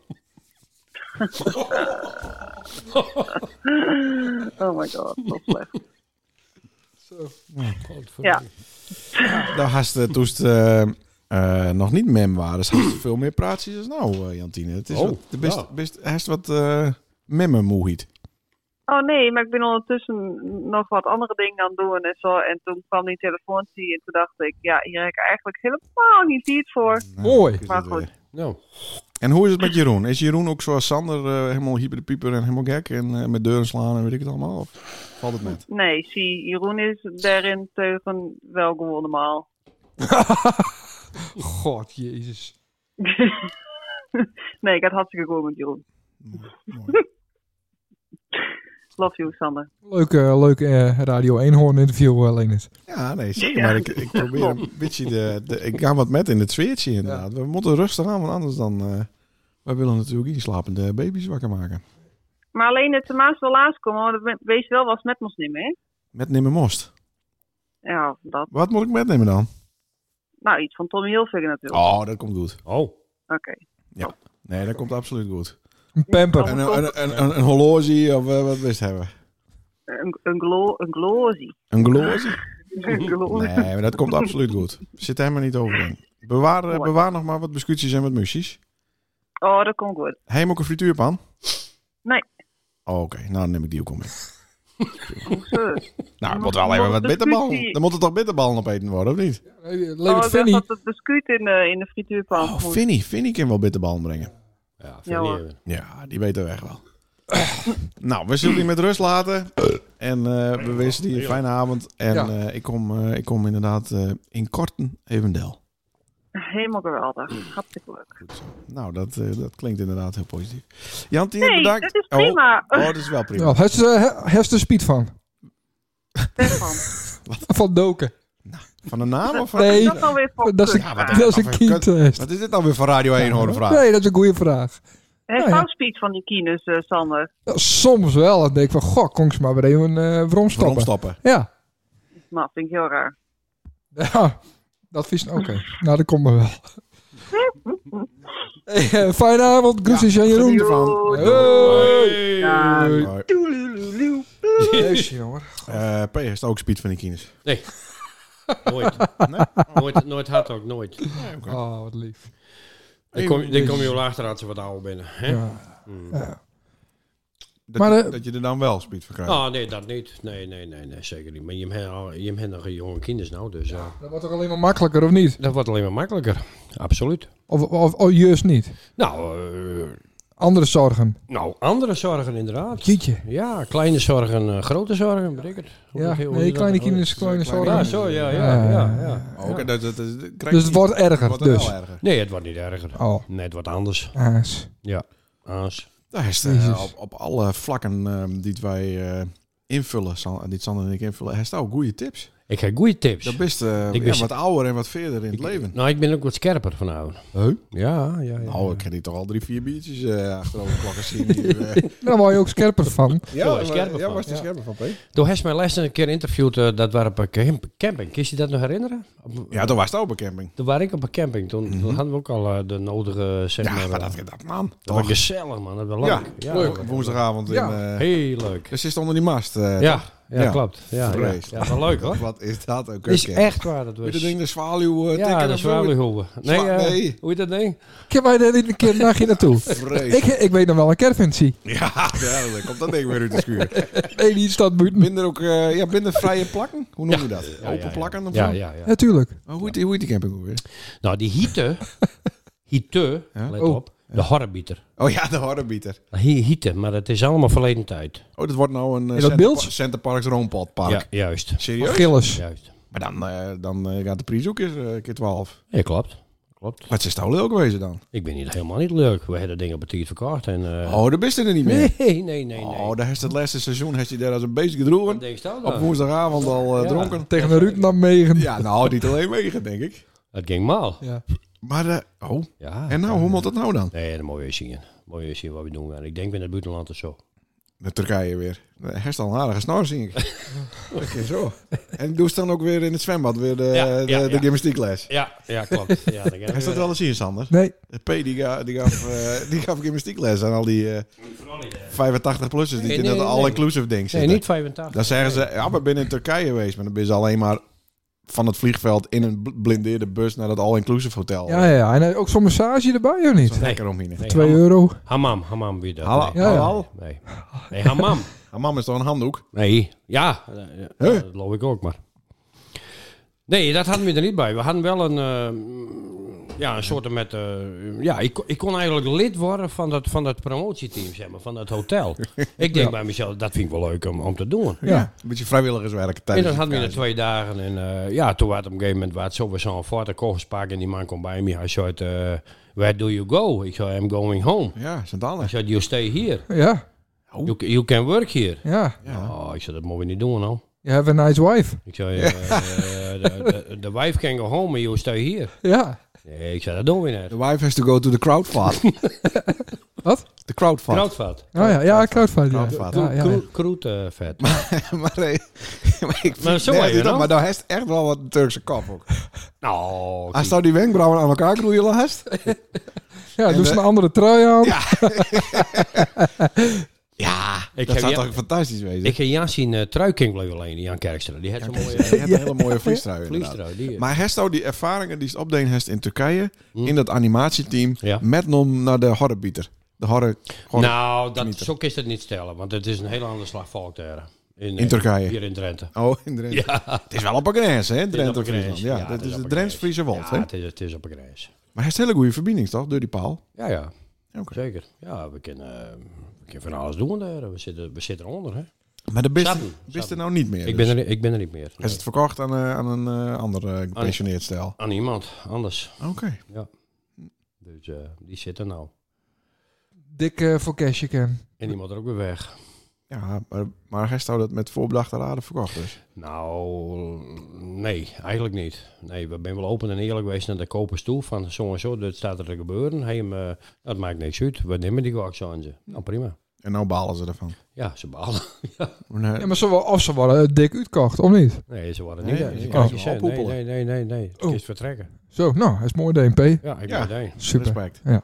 Oh my god, dat slecht. Godverdomme. Ja. Daar hast uh, toest uh, uh, nog niet mem waren. Dus hast veel meer praatjes als nou, uh, Jantine. Het is Oh, wat, de best, ja. best, hast wat uh, memmen moeheid. Oh nee, maar ik ben ondertussen nog wat andere dingen aan het doen en zo. En toen kwam die telefoontie en toen dacht ik, ja, hier heb ik eigenlijk helemaal niet tijd voor. Mooi. is Maar dat goed. weer. Nou, En hoe is het met Jeroen? Is Jeroen ook zoals Sander uh, helemaal hyper de pieper en helemaal gek en uh, met deuren slaan en weet ik het allemaal? Of valt het met? Nee, zie, Jeroen is daarin tegen wel gewoon normaal. God, jezus. Nee, ik had hartstikke goed met Jeroen. Mooi. Love you, Sander. Leuk, uh, leuk uh, Radio Eenhoorn interview, uh, Leendert. Ja, nee, zeker. Ja. Maar ik, ik probeer een beetje de, de... Ik ga wat met in het sfeertje inderdaad. We moeten rustig aan, want anders dan... Uh, wij willen natuurlijk niet slapende baby's wakker maken. Maar alleen het Maas wel laatst komen, want we- wees wel was met ons niet meer. Met nemen most. Ja, dat. Wat moet ik metnemen dan? Nou, iets van Tommy Hilfiger natuurlijk. Oh, dat komt goed. oh. Oké. Nee, dat komt absoluut goed. Een pamper. En een, een, een, een, een horloge of uh, wat wist hebben? Een, een, glo een glozie. Een glozie? Een glozie. Nee, maar dat komt absoluut goed. Zit helemaal niet over in. Bewaar, uh, bewaar nog maar wat biscuitjes en wat muesjes. Oh, dat komt goed. Heb je hem ook een frituurpan? Nee. Oh, oké, nou dan neem ik die ook al mee. Hoezo? Nou, er moet wel even wat de bitterballen. biscuitje- Er moeten toch bitterballen opeten worden, of niet? Hey, Oh, Leendert dat Vinnie. dat het biscuit in de, in de frituurpan Oh, moet. Vinnie. Vinnie kan wel bitterballen brengen. Ja, Ja, hoor. vernemen. Ja, die weet de weg wel. Nou, we zullen die met rust laten. En uh, we wensen die een fijne avond. En Ja. uh, ik, kom, uh, ik kom inderdaad uh, in Korten Evendel. Helemaal geweldig. Hartstikke leuk. Goed zo. Nou, dat, uh, dat klinkt inderdaad heel positief. Jantine, Nee, bedankt. dat is prima. Oh, oh, dat is wel prima. Ja, heeft ze heeft er speed van? Stefan. Van Doken. Van de naam of van... Nee, Dat is alweer voor dat is een, Ja, wat- dat is een wat- kietest. Wat is dit nou weer voor Radio één horen vraag? Nee, dat is een goede vraag. Het Nou ja. vouwspeed van die kines, uh, Sander. Ja, soms wel. Dan denk ik van, goh, kon ik ze maar weer even uh, waarom stoppen. Stoppen. Ja. Nou, vind ik heel raar. Ja, dat vies. Oké, nou dat komt me wel. Hey, uh, fijne avond, groetjes aan Jeroen. Geniet ervan. Doei. Hey. Ja. Hey. Hoi. Jezus, jongen. Uh, P heeft ook speed van die kines. Nee. Nooit. Nee? nooit. Nooit had ook, nooit. Nee, oké. Oh, wat lief. Dan kom, dan kom je wel achter als ze wat ouder binnen. Hè? Ja. Mm. Ja. Dat, Maar, je, uh, dat je er dan wel speed van krijgt. Oh, nee, dat niet. Nee, nee, nee, nee, zeker niet. Maar je hebt al- je hebt nog jonge kinderen nou, dus uh, Dat wordt toch alleen maar makkelijker, of niet? dat wordt alleen maar makkelijker. Absoluut. Of, of, of juist niet? Nou, uh, Andere zorgen. nou, andere zorgen inderdaad. Jeetje. Ja, kleine zorgen, uh, grote zorgen, weet ik het. Hoe- Ja, hoe- hoe nee, je dat- kleine hoe- kinderen, kleine kleine zorgen. Ja, zo, ja, ja, ja. ja. Oh, oké, dat, dat, dat, dat krijgt Dus het wordt erger, wordt dus. wel erger. Nee, het wordt niet erger. Oh, Nee, het wordt anders. aas. Ja, aans. Daar is Jezus. uh, op, op alle vlakken uh, die wij uh, invullen, San, die Sander en ik invullen, hij staat ook goede tips. Ik ga goede tips. Dat best uh, Ik ja, ben- wat ouder en wat verder in het leven. Nou, ik ben ook wat scherper vanavond. Huh? Ja, ja, ja. Nou, ik heb hier toch al drie, vier biertjes uh, achterover plakken zien. Hier, uh. Daar word je ook scherper van. Ja, Zo, maar- scherper ja, van. was er Ja. scherper van, P? Toen heeft mij les een keer interviewd, uh, dat waren op een camp- camping. Kun je je dat nog herinneren? Op- Ja, toen was het ook op een camping. Toen waren ik op een camping. Toen, Mhm. toen hadden we ook al uh, de nodige, zeg Ja, maar... maar uh, dat, dat man. dat was Toch? gezellig, man. Dat was leuk. Ja, Ja, leuk. dat- Woensdagavond. Ja. In, uh, Heel leuk. dus is het onder die mast. uh, Ja, toch? ja, Ja. klopt. Ja, ja. Vreselijk. ja, wel leuk hoor. Wat is dat ook? Is Oké. echt waar. Dat Hoe je was... dat ding, de zwaluw uh, Ja, tikken dat of is zo? wel weer hoeven. Nee, Zwa- uh, nee. hoe je dat ding? Ik wij er een keer een nachtje naartoe. ik, Vreselijk. ik weet nog wel een caravan zie. Ja, ja, dan komt dat ding weer uit de schuur. Nee, die staat buiten. Binnen ook, uh, ja, binnen vrije plakken? Hoe noem Ja. je dat? Ja, Open ja, ja. plakken of Ja, zo? ja, ja. Natuurlijk. Oh, hoe, heet die, hoe heet die camping ook weer? Nou, die hitte, hitte, Ja? let Oh. op, de horrebieter. Oh ja, de horrebieter. Hi- Hitte, maar het is allemaal verleden tijd. Oh, dat wordt nou een uh, dat Center, beeld? Pa- Center Parks Roompotpark. Ja, juist. Serieus? Gilles. Juist. Maar dan, uh, dan uh, gaat de prijs ook eens uh, keer twaalf. Ja, klopt. Klopt. Wat is het nou leuk geweest dan? Ik ben niet helemaal niet leuk. We hebben dingen op het tiert verkocht. En, uh, Oh, daar bist je er niet meer. nee, nee, nee, nee. Oh, daar is het laatste seizoen heeft hij daar als een beest gedroegen. Wat denk je nou Op dan? woensdagavond al uh, Ja. dronken. Tegen de Ruud naar Megen. Ja, nou, niet alleen wegen, denk ik. Het ging mal. Ja. Maar, uh, oh, Ja. en nou, hoe moet dat nou dan? Nee, dat moet je eens zien. Moet je eens zien wat we doen. En ik denk in het buitenland of zo. De Turkije weer. Hij heeft al een aardige snor, zie ik. Oké, zo. En doe ze dan ook weer in het zwembad weer de, Ja, ja, de, de ja. gymnastiekles. Ja, ja, klopt. Ja, dan Hij staat wel eens hier, Sander. Nee. P die, ga, die, gaf, uh, die gaf gymnastiekles aan al die uh, vijfentachtig-plussers die Nee, in nee, dat nee. all-inclusive ding Nee, zitten. niet vijfentachtig. Dan zeggen ze, ja, we zijn in Turkije geweest. Maar dan ben je alleen maar van het vliegveld in een bl- blindeerde bus naar dat all-inclusive hotel. Ja, ja, ja. En uh, ook zo'n massage erbij, of niet? Zo'n lekker omheen. Nee, Twee ham- euro. Hammam, hammam weer dat. Halal? Nee. Ja, ja. Halal? Nee. Nee, hammam. Ah, mam is toch een handdoek? Nee, ja, eh, ja, Huh? dat geloof ik ook, maar. Nee, dat hadden we er niet bij. We hadden wel een, eh, ja, een soort met, eh, ja, ik, kon- ik kon eigenlijk lid worden van dat, van dat promotieteam, zeg maar, van dat hotel. Ik denk bij mezelf, dat vind ik wel leuk om, om te doen. Ja. Een beetje vrijwilligerswerk En tijdens dan hadden we de er twee dagen en eh, ja, toen was het op een gegeven moment waar het zo weer zo'n foto kogespaak en die man kwam bij me. Hij zei, eh, where do you go? Ik zei, I'm going home. Ja, Sint-Anne. Hij zei, you stay here. Ja. You, you can work here. Ja. Ja. Oh, ik zei, dat moeten we niet doen, nou. You have a nice wife. Ik zei, eh, eh, de, de, de wife can go home and you stay here. Ja. Nee, ik zei, dat doen we niet. The wife has to go to the crowdfat. Wat? De crowdfat. Kroutvat. Oh ja, ja, crowdfunding. Ja. Crowdfund. Ja, ja, ja. Kroetvet. maar, eh, maar ik vind, Maar zo nee, heb je dit- nou. maar daar heeft echt wel wat een Turkse kop ook. Nou, Als nou die wenkbrauwen aan elkaar groeien laat. Ja, En doe ze de- een andere trui aan. Ja. Ja, Ik dat heb zou ja- toch fantastisch wezen. ik heb Jan zien uh, truiking bleef alleen, Jan Kerkstra. Die had zo'n mooie Je hebt een hele mooie vliestrui inderdaad. vliestrui. Die, Maar heeft nou die ervaringen die het opdeen heeft in Turkije, Hm. in dat animatieteam, Ja. met nom naar de horrorbieter. De horror, horror nou, dat, genieten. zo kun je het niet stellen, want het is een hele andere slag volk daar. In, In Turkije. Hier in Drenthe. Oh, in Drenthe. Ja, Het is wel op een grens, hè? het is Drenthe op of een Friesland. grens. Ja, het dat is op de een Drents-Friese grens. Wald, Ja, hè? het is, het is op een grens. Maar hij heeft een hele goede verbinding, toch? Door die paal. Ja, ja. Oké. Zeker. Ja, we kunnen, uh, we kunnen van alles doen daar. We zitten, we zitten eronder, hè. Maar de beste, Zappen, beste zappen. nou niet meer. Ik dus. ben, er, ik ben er niet meer. Hij is het verkocht aan, eh, aan een uh, ander uh, gepensioneerd stel. Aan iemand anders. Oké. Dus uh, die zit er nou. Dik uh, voor cashje ken. En die moet er ook weer weg. Ja, maar, maar hij zou dat met voorbedachte raden verkocht dus. Nou, nee, eigenlijk niet. Nee, we zijn wel open en eerlijk geweest naar de kopers toe. Van zo en zo, dat staat er te gebeuren. Hij hem, uh, dat maakt niks uit. We nemen die ook zo aan ze. Nou, prima. En nou balen ze ervan. Ja, ze balen. Maar, Ja, maar ze, wel- of ze worden uh, dik uitkocht, of niet? Nee, ze worden Nee, niet. je Nee, kan ze ze nee, ophoepelen. nee, nee, nee, nee. Het Oh. is vertrekken. Zo, nou, hij is mooi, D N P. Ja, ik ben Ja. meteen. Super. Respect. Ja.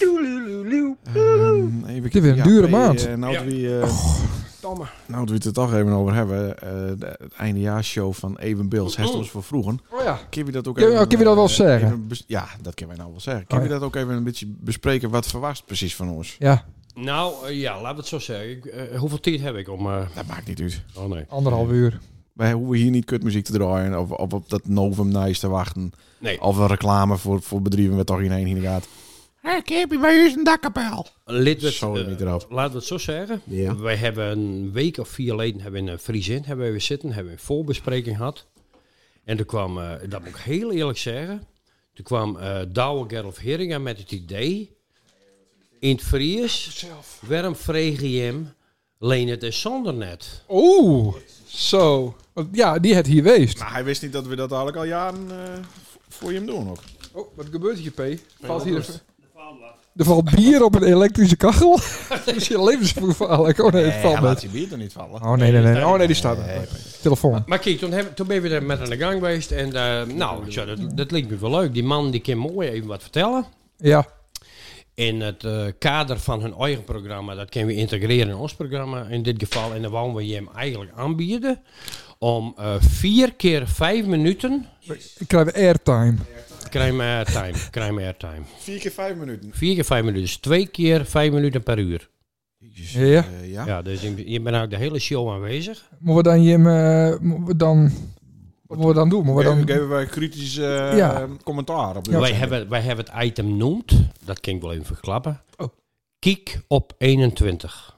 Um, even Dit weer een dure P, maand. eh, nou, Ja. dat we, uh, Tomme. nou, dat we het er toch even over hebben. eh, de, het eindejaarshow van Even Bills. Heeft ons voor vroegen. Oh ja. Kun je dat ook Kun- even... kun je dat wel eh, zeggen? even bes- ja, dat kunnen wij nou wel zeggen. Kun Oh, je ja. dat ook even een beetje bespreken? Wat verwacht precies van ons? Ja, Nou, uh, ja, laten we het zo zeggen. Ik, uh, hoeveel tijd heb ik om... Uh... Dat maakt niet uit. Oh nee. anderhalf uur. Wij hoeven hier niet kutmuziek te draaien. Of, of op dat Novum Nice te wachten. Nee. Of een reclame voor, voor bedrijven waar toch geen heen gaat. Hé, ik heb hier bij u een dakkapel. Lid werd, Zo uh, niet erop. laten we het zo zeggen. Ja. Wij hebben een week of vier geleden hebben we in Friesin hebben we weer zitten, hebben we een voorbespreking gehad. En toen kwam, uh, dat moet ik heel eerlijk zeggen, toen kwam uh, Douwe Gerlof Heringa met het idee, in het Fries, waarom vreeg je hem, leen het en zonder net? Oeh. Zo. Want ja, die het hier geweest. Maar hij wist niet dat we dat eigenlijk al jaren uh, voor je hem doen ook. Oh, wat gebeurt hier, P? Valt Ja, hier... dus- Er valt bier op een elektrische kachel. Dat is je levensgevaarlijk. Oh nee, het valt laat met. je bier er niet vallen. Oh nee, nee, nee. Oh nee, die staat er. Nee. Telefoon. Maar kijk, toen, heb, toen ben we er met aan de gang geweest. En uh, nou, zo, dat, dat leek me wel leuk. Die man die kan mooi even wat vertellen. Ja. In het uh, kader van hun eigen programma. Dat kunnen we integreren in ons programma in dit geval. En dan wouden we je hem eigenlijk aanbieden. Om uh, vier keer vijf minuten... Ik krijg airtime. Krijg me airtime. Krijg me airtime. Vier keer vijf minuten. Vier keer vijf minuten. Dus twee keer vijf minuten per uur. Jezus. Ja. Uh, ja. Ja, dus je, je bent ook de hele show aanwezig. Moeten we dan je hem... Uh, moeten we dan... Wat moeten we dan doen? Moeten we Geven, dan... geven wij kritisch uh, Ja. commentaar op de wij, uitzending. hebben, wij hebben het item noemd. Dat kan ik wel even verklappen. Oh. Kiek op eenentwintig.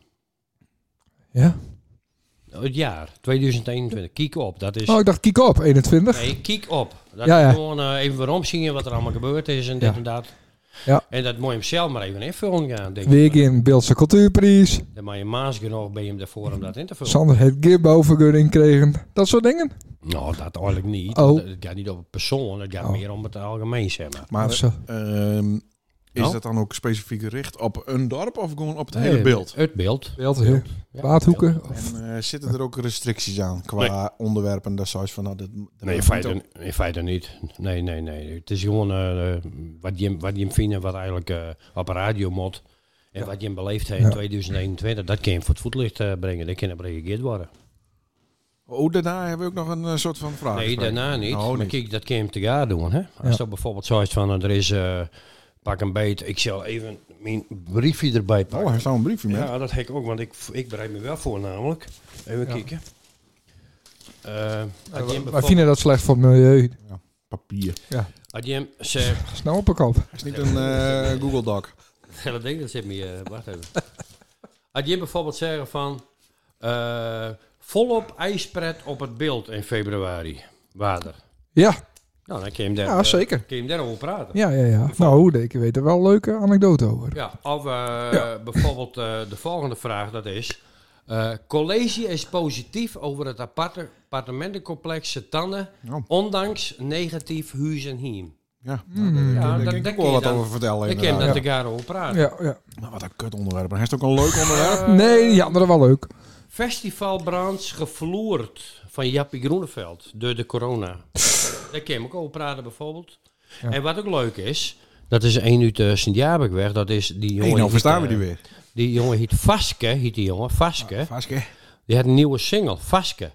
Ja? Het jaar, tweeduizend eenentwintig. Kiek op, dat is... Oh, ik dacht kiek op, eenentwintig. Nee, kiek op. Dat Ja, is ja. gewoon uh, even waarom zien wat er allemaal gebeurd is en dit Ja. en dat. Ja. En dat moet je hem zelf maar even invullen gaan, denk Week ik. in Beeldse Cultuurprijs. Dan mag je maas genoeg bij hem ervoor om dat in te vullen. Sander heeft Gibbo-vergunning gekregen. Dat soort dingen. Nou, dat eigenlijk niet. Oh. Want Het gaat niet over persoon, het gaat Oh. meer om het algemeen, zeg maar. Maar Of zo. ehm, is Nou? dat dan ook specifiek gericht op een dorp of gewoon op het Nee, hele beeld? Het beeld. Beeld, ja. Ja, Waardhoeken. Of... En uh, zitten er ook restricties aan qua onderwerpen? Dat zoals van, nou, dat, dat Nee, in mag feite, niet in feite niet. Nee, nee, nee. Het is gewoon uh, wat je wat je hem vindt, wat eigenlijk uh, op een radio moet. En Ja. wat je hem beleefd heeft in Ja. tweeduizend eenentwintig, dat kan je voor het voetlicht uh, brengen. Dat kan op gereageerd worden. op. Oh, daarna hebben we ook nog een uh, soort van vraag. Nee, daarna niet. Oh, maar niet. kijk, dat kan je hem te gaan doen. Hè? Als Ja. dat bijvoorbeeld zo is van, uh, er is, uh, pak een beet, ik zal even mijn briefje erbij Oh, pakken. hij staat een briefje met. Ja, dat heb ik ook, want ik, ik bereid me wel voor namelijk. Even Ja. kijken. Uh, had je hem Wij bijvoorbeeld- vinden dat slecht voor het milieu. Papier. had je hem zegt, Snel op een kop. Het is niet een uh, Google Doc. hele ding, dat zit me, uh, wacht even. Had je bijvoorbeeld zeggen van, uh, volop ijspret op het beeld in februari, water. Ja, Nou, dan kun je hem daar, ja uh, zeker. kun je hem daarover praten. Ja, ja, ja. Nou, ik weet er wel een leuke anekdote over. Ja, of uh, Ja. bijvoorbeeld uh, de volgende vraag, dat is... Uh, college is positief over het aparte appartementencomplex Setanne, Oh. ondanks negatief huis en hiem. Ja, Hmm. nou, daar, Ja, daar dat- kan ik dat ook kun wel je wat dan- over vertellen. Ik kan inderdaad. dat te gaan over praten. Ja, ja. Nou, wat een kut onderwerp. Maar hij is ook een leuk onderwerp. Nee, die andere wel leuk. Festivalbranche gevloerd van Jappie Groeneveld door de corona. Daar kan je ook over praten bijvoorbeeld. Ja. En wat ook leuk is, dat is één uit de Sint-Jaarbeckweg, dat is die jongen... Hey, nou heet, verstaan we eh, die weer. Die jongen heet Vaske, heet die jongen, Vaske. Vaske. Die had een nieuwe single, Vaske.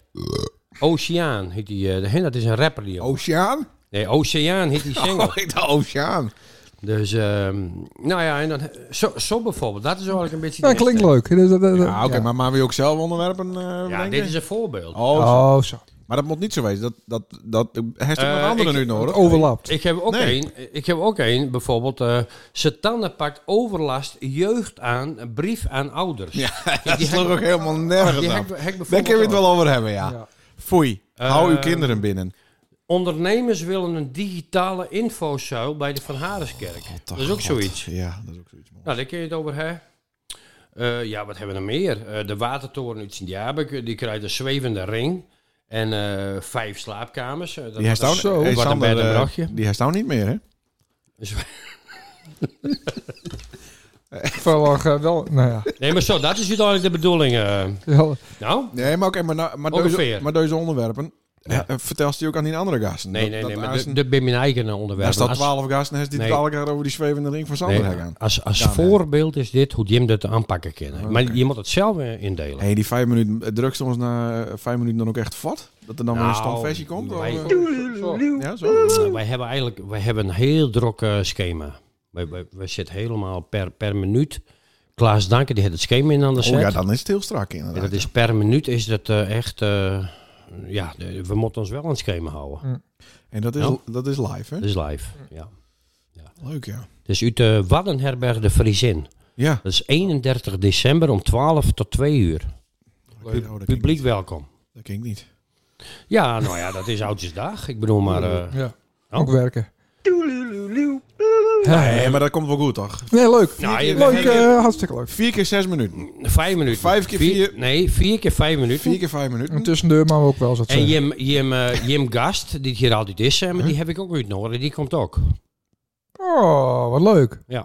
Oceaan heet die, uh, dat is een rapper die jongen. Oceaan? Nee, Oceaan heet die single. Oh, ik dacht Oceaan. Dus, ehm, nou ja, en dan, zo, zo bijvoorbeeld, dat is eigenlijk een beetje... Ja, de klinkt eerste. leuk. Dat- dat- dat- Ja, oké, ja. maar, maar wil je ook zelf onderwerpen uh, Ja, bedenken? dit is een voorbeeld. Oh, zo. Oh, zo. Maar dat moet niet zo wezen. Dat, dat, dat, hij heeft ook Eh, nog andere ik- nu nodig. Overlapt. Ik heb ook Nee. één, ik heb ook één, bijvoorbeeld, eh Setanne pakt overlast jeugd aan, een brief aan ouders. Ja, Die dat heb- sloeg ook helemaal nergens die op. heb, heb Daar bijvoorbeeld kunnen we het ook. wel over hebben, ja. Ja. Foei. Hou uw Eh, kinderen binnen. Ondernemers willen een digitale infozuil bij de Van Hareskerk. dat is ook God. zoiets. Ja, dat is ook zoiets. Nou, daar kun je het over hebben. Eh, ja, wat hebben we nog meer? Eh, de watertoren uit Sint-Jabek, die krijgt een zwevende ring. En eh, vijf slaapkamers. Eh, dat Die hij wordt staan, zo. hey, Wat een Sander, bed en eh, brachtje. die hij staan niet meer, hè? Verwacht uh, wel, nou ja. Nee, maar zo, dat is uiteindelijk de bedoeling. eh. Ja, Nou? Nee, maar oké, maar, nou- maar, Ongeveer. deze, maar deze onderwerpen, Ja. eh, vertel je ook aan die andere gasten. Nee, Dat- nee, dat nee, maar als de- een- dat ben mijn eigen onderwerp. Daar staat Als- twaalf gasten en die Nee. het elkaar over die zwevende ring van Sander nee, gaan. als als Ja, nee. voorbeeld is dit hoe Jim dat aanpakken kan. Oké. Maar je moet het zelf eh, indelen. Hey, die vijf minuten, eh, druk soms na eh, vijf minuten dan ook echt vat? Dat er dan weer een Nou, standversie komt? Of, wij- eh, zo. ja, zo. Nou, wij hebben eigenlijk wij hebben een heel druk eh, schema. Wij, wij, wij zitten helemaal per, per minuut. Klaas Danken die heeft het schema in aan de set. Oh ja, dan is het heel strak inderdaad. En dat is per minuut is dat eh, echt... eh, ja, de- we moeten ons wel aan het schema houden. En dat is, Ja. dat is live, hè? Dat is live. Ja. Leuk, ja. Dus uit de Waddenherberg de Friesin. Ja. Dat is eenendertig december om twaalf tot twee uur. Oh, dat ken ik Publiek niet. welkom. Dat ken ik niet. Ja, nou ja, dat is Oudjesdag. Ik bedoel maar... eh, ja. oh. Ook werken. Nee, maar dat komt wel goed, toch? Nee, leuk. Nou, je- leuk, we- eh, hartstikke leuk. Vier keer zes minuten. Vijf minuten. Vijf keer vier- Nee, vier keer vijf minuten. Vier keer vijf minuten. En tussendeur maar ook wel zo te En zeggen. Jim, Jim, eh, Jim Gast, die hier altijd is, eh, maar die heb ik ook uitgenodigd. Die komt ook. Oh, wat leuk. Eh,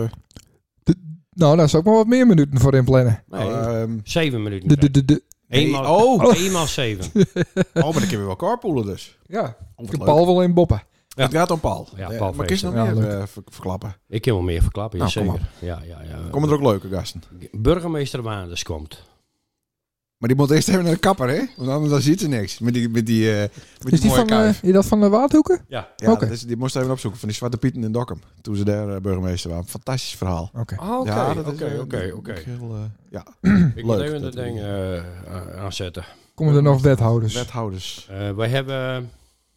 Nou, daar zou ik maar wat meer minuten voor inplannen. Nee, ehm, zeven minuten. De, de, de, de. Eenmaal, oh. eenmaal zeven. oh, maar dan kunnen we wel carpoolen dus. Ja, Oh, ik wat heb leuk. Paul wel in boppen. Ja. Het gaat om Paul. Ja, Eh, Paul maar kun je nog Feester. meer Ja, eh, ver- verklappen? Ik kan wel meer verklappen, Nou, ja, kom zeker. Ja, ja, ja. Komen er ook leuke gasten? Burgemeester Waanders komt. Maar die moet eerst even naar de kapper, hè? Want anders dan ziet ze niks. Met die, met die, eh, met die, Is die mooie van, eh, kuif. is dat van de Waardhoeken? Ja. Ja, Oké. dat is, die moest even opzoeken. Van die Zwarte Pieten in Dokkum. Toen ze daar eh, burgemeester waren. Fantastisch verhaal. Oké. Ah, oké, Ja, dat is, oké, eh, oké, dat oké. is heel, eh, ja, Ik moet leuk even dat dat ding we- eh, a- aanzetten. Komen er nog wethouders? wethouders. Eh, wij hebben...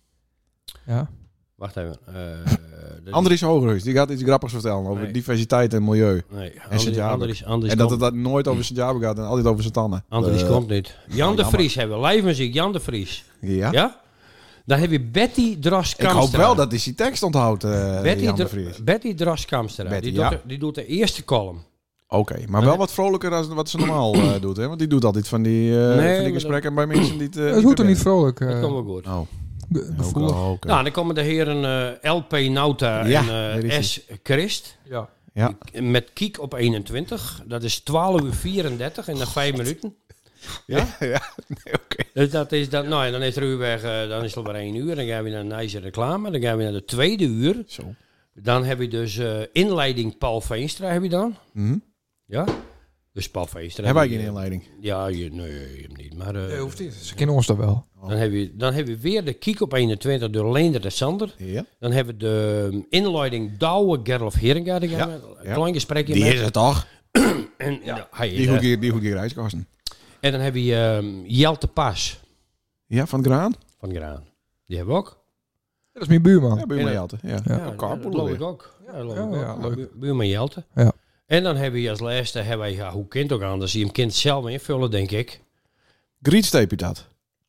Ja. Wacht even. eh, de- Andries Hogerhuis, die gaat iets grappigs vertellen over Nee. diversiteit en milieu. Nee, En Andries, Sint-Jaber. Andries, Andries En dat komt, het dat nooit over Sint-Jaber gaat en altijd over zijn tanden. Andries Eh, komt niet. Jan de jammer. Vries hebben we. Live muziek, Jan de Vries. Ja? Ja? Dan heb je Betty Dros Ik Kamstra. hoop wel dat hij die tekst onthoudt, eh Betty, Jan de Dr- Vries. Betty Dros Kamstra. Betty, die, doet ja. de, die doet de eerste column. Oké, maar wel wat vrolijker dan wat ze normaal eh, doet, hè? Want die doet altijd van die, eh, Nee, van maar die gesprekken bij mensen die het eh, Het hoeft er meer niet vrolijk. eh, Dat komt wel goed. weten. Oh, de, de ook voelen. wel, oké. Nou, dan komen de heren eh, L P Nauta Ja, en daar eh, is S. Christ. Ja. Ja. Met Kiek op eenentwintig. Dat is twaalf uur vierendertig en dan vijf minuten. Ja? Ja, nee, oké. Dus dat is dat, nou ja, dan is er uurweg, eh, dan is het maar één uur. Dan gaan we naar een nice reclame. Dan gaan we naar de tweede uur. Zo. Dan heb je dus eh, inleiding Paul Veenstra, heb je dan. Mhm. Ja? Dus Paul Veenstra. Hebben wij die, geen eh, inleiding? Ja, je, nee, je hebt niet. Maar eh, Nee, hoeft niet. Ze kennen ons dat wel. dan, heb je, dan heb je weer de Kiek op eenentwintig door Leender de Sander. Ja. Dan hebben we de inleiding Douwe Gerlof Heringa. Daar gaan we een ja. klein gesprekje Die met. is het toch? En, ja. hij is Die er. goed hier, die goed hier reiskosten. En dan heb je ehm, Jelte Pas Ja, van Graan? van Graan. Die hebben we ook. Dat is mijn buurman. Ja, bij En mij dat- altijd. Ja. Ja. Ja, dat carpoolen geloof weer. ik ook. Ja, dat geloof Ja, ik ja, ook. leuk. Bu- Buurman Jelte. Ja. En dan hebben we als laatste, hebben wij, ja, hoe kind ook anders, die hem kind zelf invullen, denk ik. Grietsteep je dat?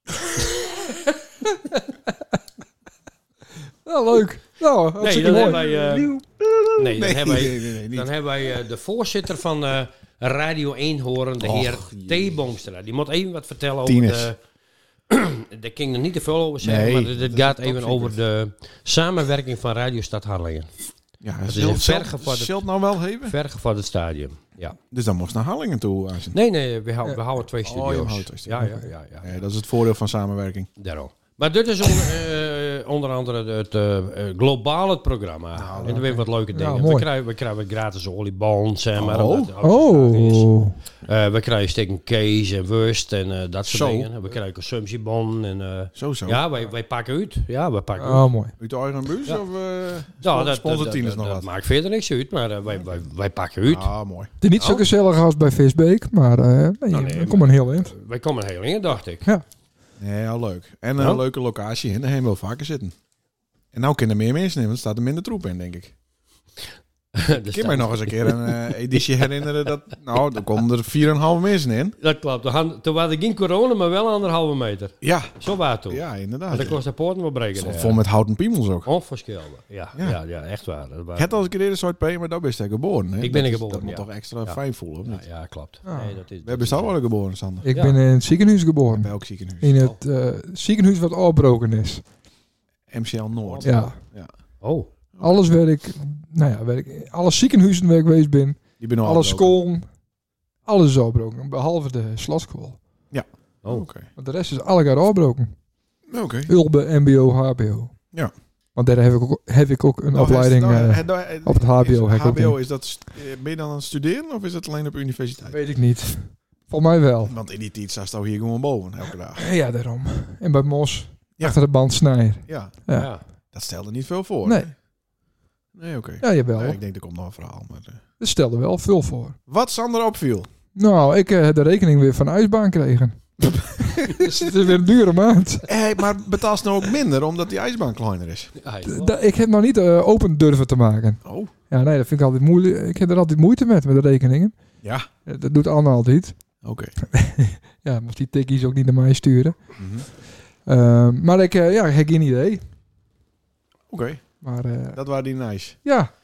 Ja, leuk. Nou, Nee, hartstikke dan mooi. hebben wij, eh, nee, dan hebben wij, nee, nee, nee, niet. dan hebben wij eh, de voorzitter van eh, Radio één horen, de Och, heer jee. T. Boomstra. Die moet even wat vertellen over Tieners. de... Daar kan ik er niet te veel over zeggen, Nee, maar het- dat het is gaat een even topsecret. over de samenwerking van Radio Stad Harlingen. Ja, is zult- een zult- vergevorderd- Zult nou wel hebben? Vergevorderd stadium, ja. Dus dan moest naar Hallingen toe. Aanzien. Nee, nee, we, hou- we houden twee Oh, je studio's. houdt twee ja, studio's. ja, ja, ja. Nee, dat is het voordeel van samenwerking. Daarom. Maar dit is onder, eh, onder andere het eh, eh, globaal het programma. en er weer wat leuke dingen. we, mooi. krijgen, we krijgen gratis oliebons. En maar Oh. dat het ook is. Oh. Eh, we krijgen stekken kees en worst en eh, dat soort Zo. dingen. We krijgen consumptiebon. En, eh, Zo, zo. ja, wij, wij pakken uit. Ja, wij pakken uit. Oh, mooi. Uit de eigen buurt Ja. of uh, Ja, dat, sponsor dat, tieners dat, nog dat wat? maakt verder niks uit, maar eh, wij, wij, wij pakken uit. Ah, mooi. Het is niet zo Oh. gezellig als bij Visbeek, maar eh nee, nee, er maar- komt een heel eind. Wij komen heel in, dacht ik. Nee, heel leuk. En een Ja. leuke locatie in. Daar heen wil vaker zitten. En nou kunnen er meer mensen in, want er staat er minder troep in, denk ik. Ik kan mij nog eens een keer een eh, editie herinneren dat... Nou, er konden er vier en een half mensen in. Dat klopt. We gaan- Toen was er geen corona, maar wel anderhalve meter. Ja, Zo waar toen. ja inderdaad. En dan Ja. kost de poorten wel breken. Vol- daar. Vol met houten piemels ook. Onvoorstelbaar. Ja, Ja. ja. Ja, echt waar. Dat was- Ik had al eens een keer eerder soort P, maar daar ben je geboren. Hè? Ik ben er Dat is- geboren, Dat moet ja. toch extra Ja. fijn voelen, of ja, niet? ja, klopt. Ah. Nee, dat is, We hebben zelf wel geboren, Sander. Ik Ja. ben in het ziekenhuis Bij geboren. welk ziekenhuis? In het eh, ziekenhuis wat afgebroken is. M C L Noord. Ja. ja. Oh, Alles waar ik, nou ja, waar ik, alle ziekenhuizen waar ik geweest ben, Die ben al alle afgebroken. scholen, alles is afgebroken, behalve de slotschool. oh. Oké. Want de rest is alle afgebroken. Oké. Ulbe, M B O, H B O. Ja. Want daar heb ik ook, heb ik ook een Nou, opleiding. is- nou, eh, het- nou, het- op het H B O is- heb ik ook H B O, in. is dat, st- eh, ben je dan aan het studeren of is dat alleen op universiteit? weet ik niet. Volgens mij wel. Want in die tijd staat je hier gewoon boven, elke dag. Ja, daarom. En bij Mos, Ja. achter de band snijden. Ja, Ja. Ja. dat stelde niet veel voor. Nee. Nee, oké. Ja, jawel. Nee, ik denk er komt nog een verhaal. Maar, eh. Dat stelde wel veel voor. Wat Sander opviel. Nou, ik heb de rekening weer van de ijsbaan kregen. Dus het is weer een dure maand. Hey, maar betaalt ze nou ook minder omdat die ijsbaan kleiner is? Ja, ja. Da- Ik heb nog niet eh, open durven te maken. Oh. Ja, nee, dat vind ik altijd moeilijk. Ik heb er altijd moeite met, met de rekeningen. Ja. Eh, Dat doet Anne altijd. Oké. Ja, moest die tikkies ook niet naar mij sturen. Mhm. Eh, maar ik, eh, ja, ik heb geen idee. Oké, Maar eh, dat waren die nice. ja,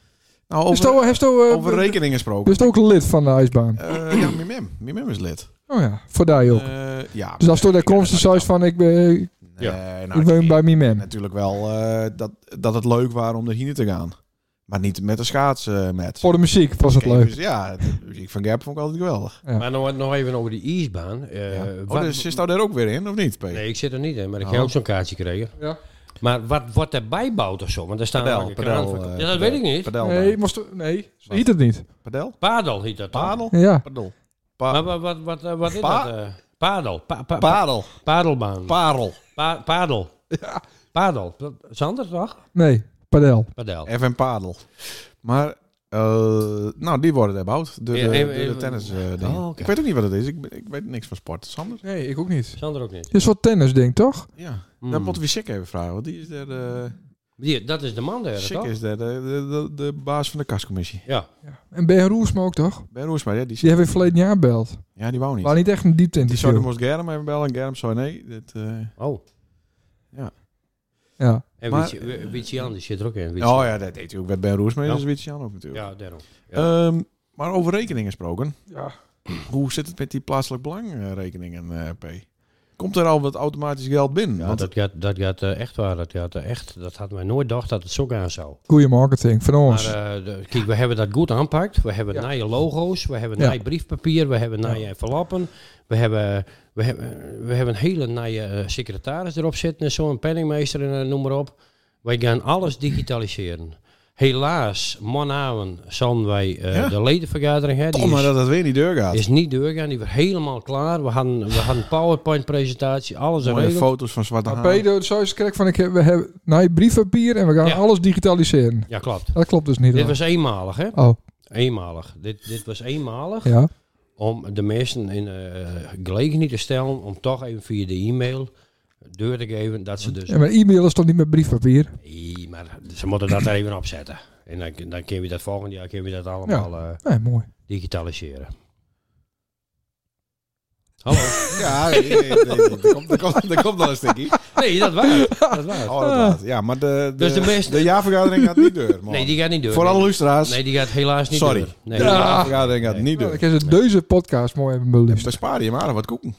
Nou, Is over, het heeft het over rekeningen gesproken. Dus ook lid van de ijsbaan? Uh, ja, mijn mem. Mijn mem is lid. Oh ja, voor daar ook. Uh, ja, dus als door de komst is zoiets van, ik ben, nee, ja. nou, ik ben bij mijn mem. Natuurlijk wel uh, dat, dat het leuk was om erheen te gaan. Maar niet met de schaatsen, uh, met. Voor de muziek was het leuk. Dus, ja, de muziek van Gap vond ik altijd geweldig. Ja. Maar nog, nog even over die ijsbaan. Uh, ja. Oh, wat, dus zit nou daar ook weer in, of niet, P? Nee, ik zit er niet in, maar ik oh. heb ook zo'n kaartje gekregen. Ja. Maar wat wordt erbij bouwt of zo? Want daar staan padel, padel, uh, ja, dat padel, weet ik niet. Padel, nee, moest, nee, heet het niet. Padel? Padel heet dat. Padel? Ja. Padel. Pa maar wat, wat, wat, wat is pa dat? Uh, padel. Pa pa padel. Padelbaan. Parel. Pa padel. Ja. Padel. Sander toch? Nee, padel. Padel. F en padel. Maar, uh, nou, die worden er gebouwd. Door de, Ja, even, de, de even, tennis uh, oh, dingen. okay. Ik weet ook niet wat het is. Ik, ik weet niks van sport. Sander? Nee, ik ook niet. Sander ook niet. Het is wat tennis ding, toch? Ja. Hmm. Dat moeten we Sik even vragen. Want die is de... de Die, dat is de man daar, Sik toch? is de, de, de, de, de baas van de kastcommissie. Ja. Ja. En Ben Roersma ook, toch? Ben Roesma, ja. Die, Die hebben we verleden jaar gebeld. ja, die wou niet. Maar niet echt een diepte Die interview. zou de moest Germ even bellen. En Germ zei nee. Dit, uh, Oh. ja. Ja. En Maar- Witjian, die zit er ook in. Oh Witjian. ja, dat deed hij ook met Ben Roesma. Ja. Dat is Witjan ook natuurlijk. Ja, daarom. Ja. Um, maar over rekeningen gesproken. Ja. Hoe zit het met die plaatselijk belangrekeningen, uh, P? Komt er al wat automatisch geld binnen? Ja, Want dat gaat, dat gaat uh, echt waar. Dat, gaat, uh, echt, dat hadden wij nooit gedacht dat het zo gaan zou. Goeie marketing van ons. Maar uh, de, kijk, we hebben dat goed aanpakt. We hebben Ja. nieuwe logo's, we hebben Ja. nieuw briefpapier, we hebben nieuwe enveloppen. We hebben, we, hebben, we hebben een hele nieuwe uh, secretaris erop zitten en zo, een penningmeester en uh, noem maar op. Wij gaan alles digitaliseren. Helaas, morgenavond zullen wij uh, Ja? de ledenvergadering hebben. toch maar dat het weer niet deur gaat. is niet doorgaan, die was helemaal klaar. We hadden, we hadden een PowerPoint-presentatie, alles Mooie geregeld. foto's van Zwarte Maar Haan. Pedo, zo is het van, ik heb, we hebben nou, briefpapier en we gaan Ja. alles digitaliseren. Ja, klopt. Dat klopt dus niet. Dit hoor. was eenmalig, hè? Oh, Eenmalig. Dit, dit was eenmalig ja. om de mensen in uh, gelegenheid te stellen om toch even via de e-mail deur te geven dat ze dus... En mijn e-mail is toch niet met briefpapier? Nee, maar ze moeten dat er even op zetten. En dan, dan kunnen we dat volgend jaar kunnen we dat allemaal uh, Nee, mooi. digitaliseren. Hallo? Ja, nee, nee, nee, nee. Er komt, er komt, er komt nog een stukje. Nee, dat was dat was. Oh, dat was. Ja, maar de, de, Dus de meeste- de jaarvergadering gaat niet deur. Man. Nee, die gaat niet door. Voor nee. alle luisteraars. Nee, die gaat helaas niet Sorry. door. Nee, de die- jaarvergadering gaat Nee. niet Nou, deur. dan kan ze deze podcast mooi even beluisteren. Bespaar je maar wat koeken.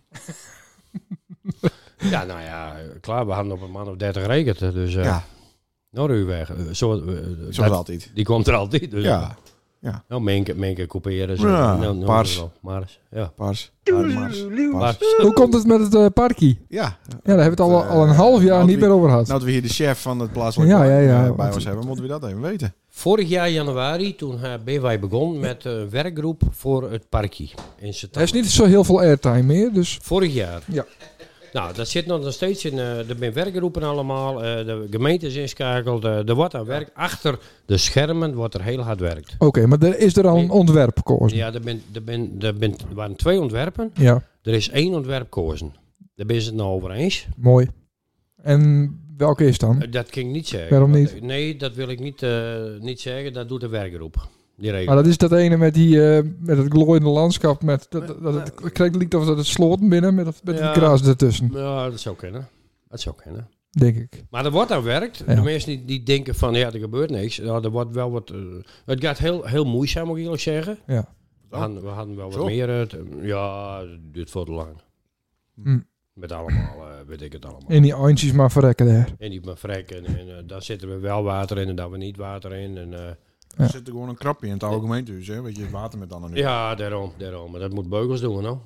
Ja, nou ja, klaar, we hadden op een man of dertig rekend. Dus uh, Ja, nou, u weg. Uh, zo, uh, zoals dat- altijd. Die komt er altijd. Dus Ja, nou, menke, menke couperen. Zo. Ja, nou, nou, paars. nou, Mars. Ja. paars. Paars, paars. Paars. Hoe komt het met het uh, parkie? Ja. Ja, daar hebben we het al, Eh, al een half jaar nou, niet wie- meer over gehad. Nou, dat we hier de chef van het plaatselijk Ja, ja, ja. eh, bij Want- ons hebben, moeten we dat even weten. Vorig jaar januari, toen uh, ben wij begonnen met een werkgroep voor het parkie in Zetten. Er is niet zo heel veel airtime meer, dus... Vorig jaar. Ja. Nou, dat zit nog steeds in. Uh, er zijn werkgroepen allemaal. Uh, de gemeente is inschakeld. Uh, er wordt aan werk. Achter de schermen wordt er heel hard werkt. Oké, maar er is er al een Nee. ontwerp gekozen. Ja, er, ben, er, ben, er, ben, er waren twee ontwerpen. Ja, Er is één ontwerp gekozen. Daar ben je het nou over eens. mooi. En welke is dan? Uh, dat kan ik niet zeggen. Waarom Want, niet? uh, nee, dat wil ik niet, uh, niet zeggen. Dat doet de werkgroep. Die regelt. Maar dat is dat ene met, die, eh, met het glooiende landschap. Met, dat, dat, dat, het- ik kreeg het lied of dat het sloten binnen met, dat- met Ja. die gras ertussen, Ja, dat zou kunnen. Dat zou kunnen. denk ik. Maar er wordt aan werkt. Ja. De mensen die, die denken van ja, er gebeurt niks. Nou, er wordt wel wat. Uh, het gaat heel, heel moeizaam, moet ik eerlijk zeggen. Ja. We hadden, we hadden wel wat Zo. meer. Uh, t- ja, het duurt veel te lang. Hm. Met allemaal, uh, weet ik het allemaal. En die eindjes maar verrekken daar. En die maar frekken. En uh, dan zitten we wel water in en dan we niet water in. En, uh, Ja. Er zit er gewoon een krapje in het oude gemeentehuis, hè? Weet je, het water met dan nu. ja, daarom, daarom. Maar dat moet beugels doen, nou.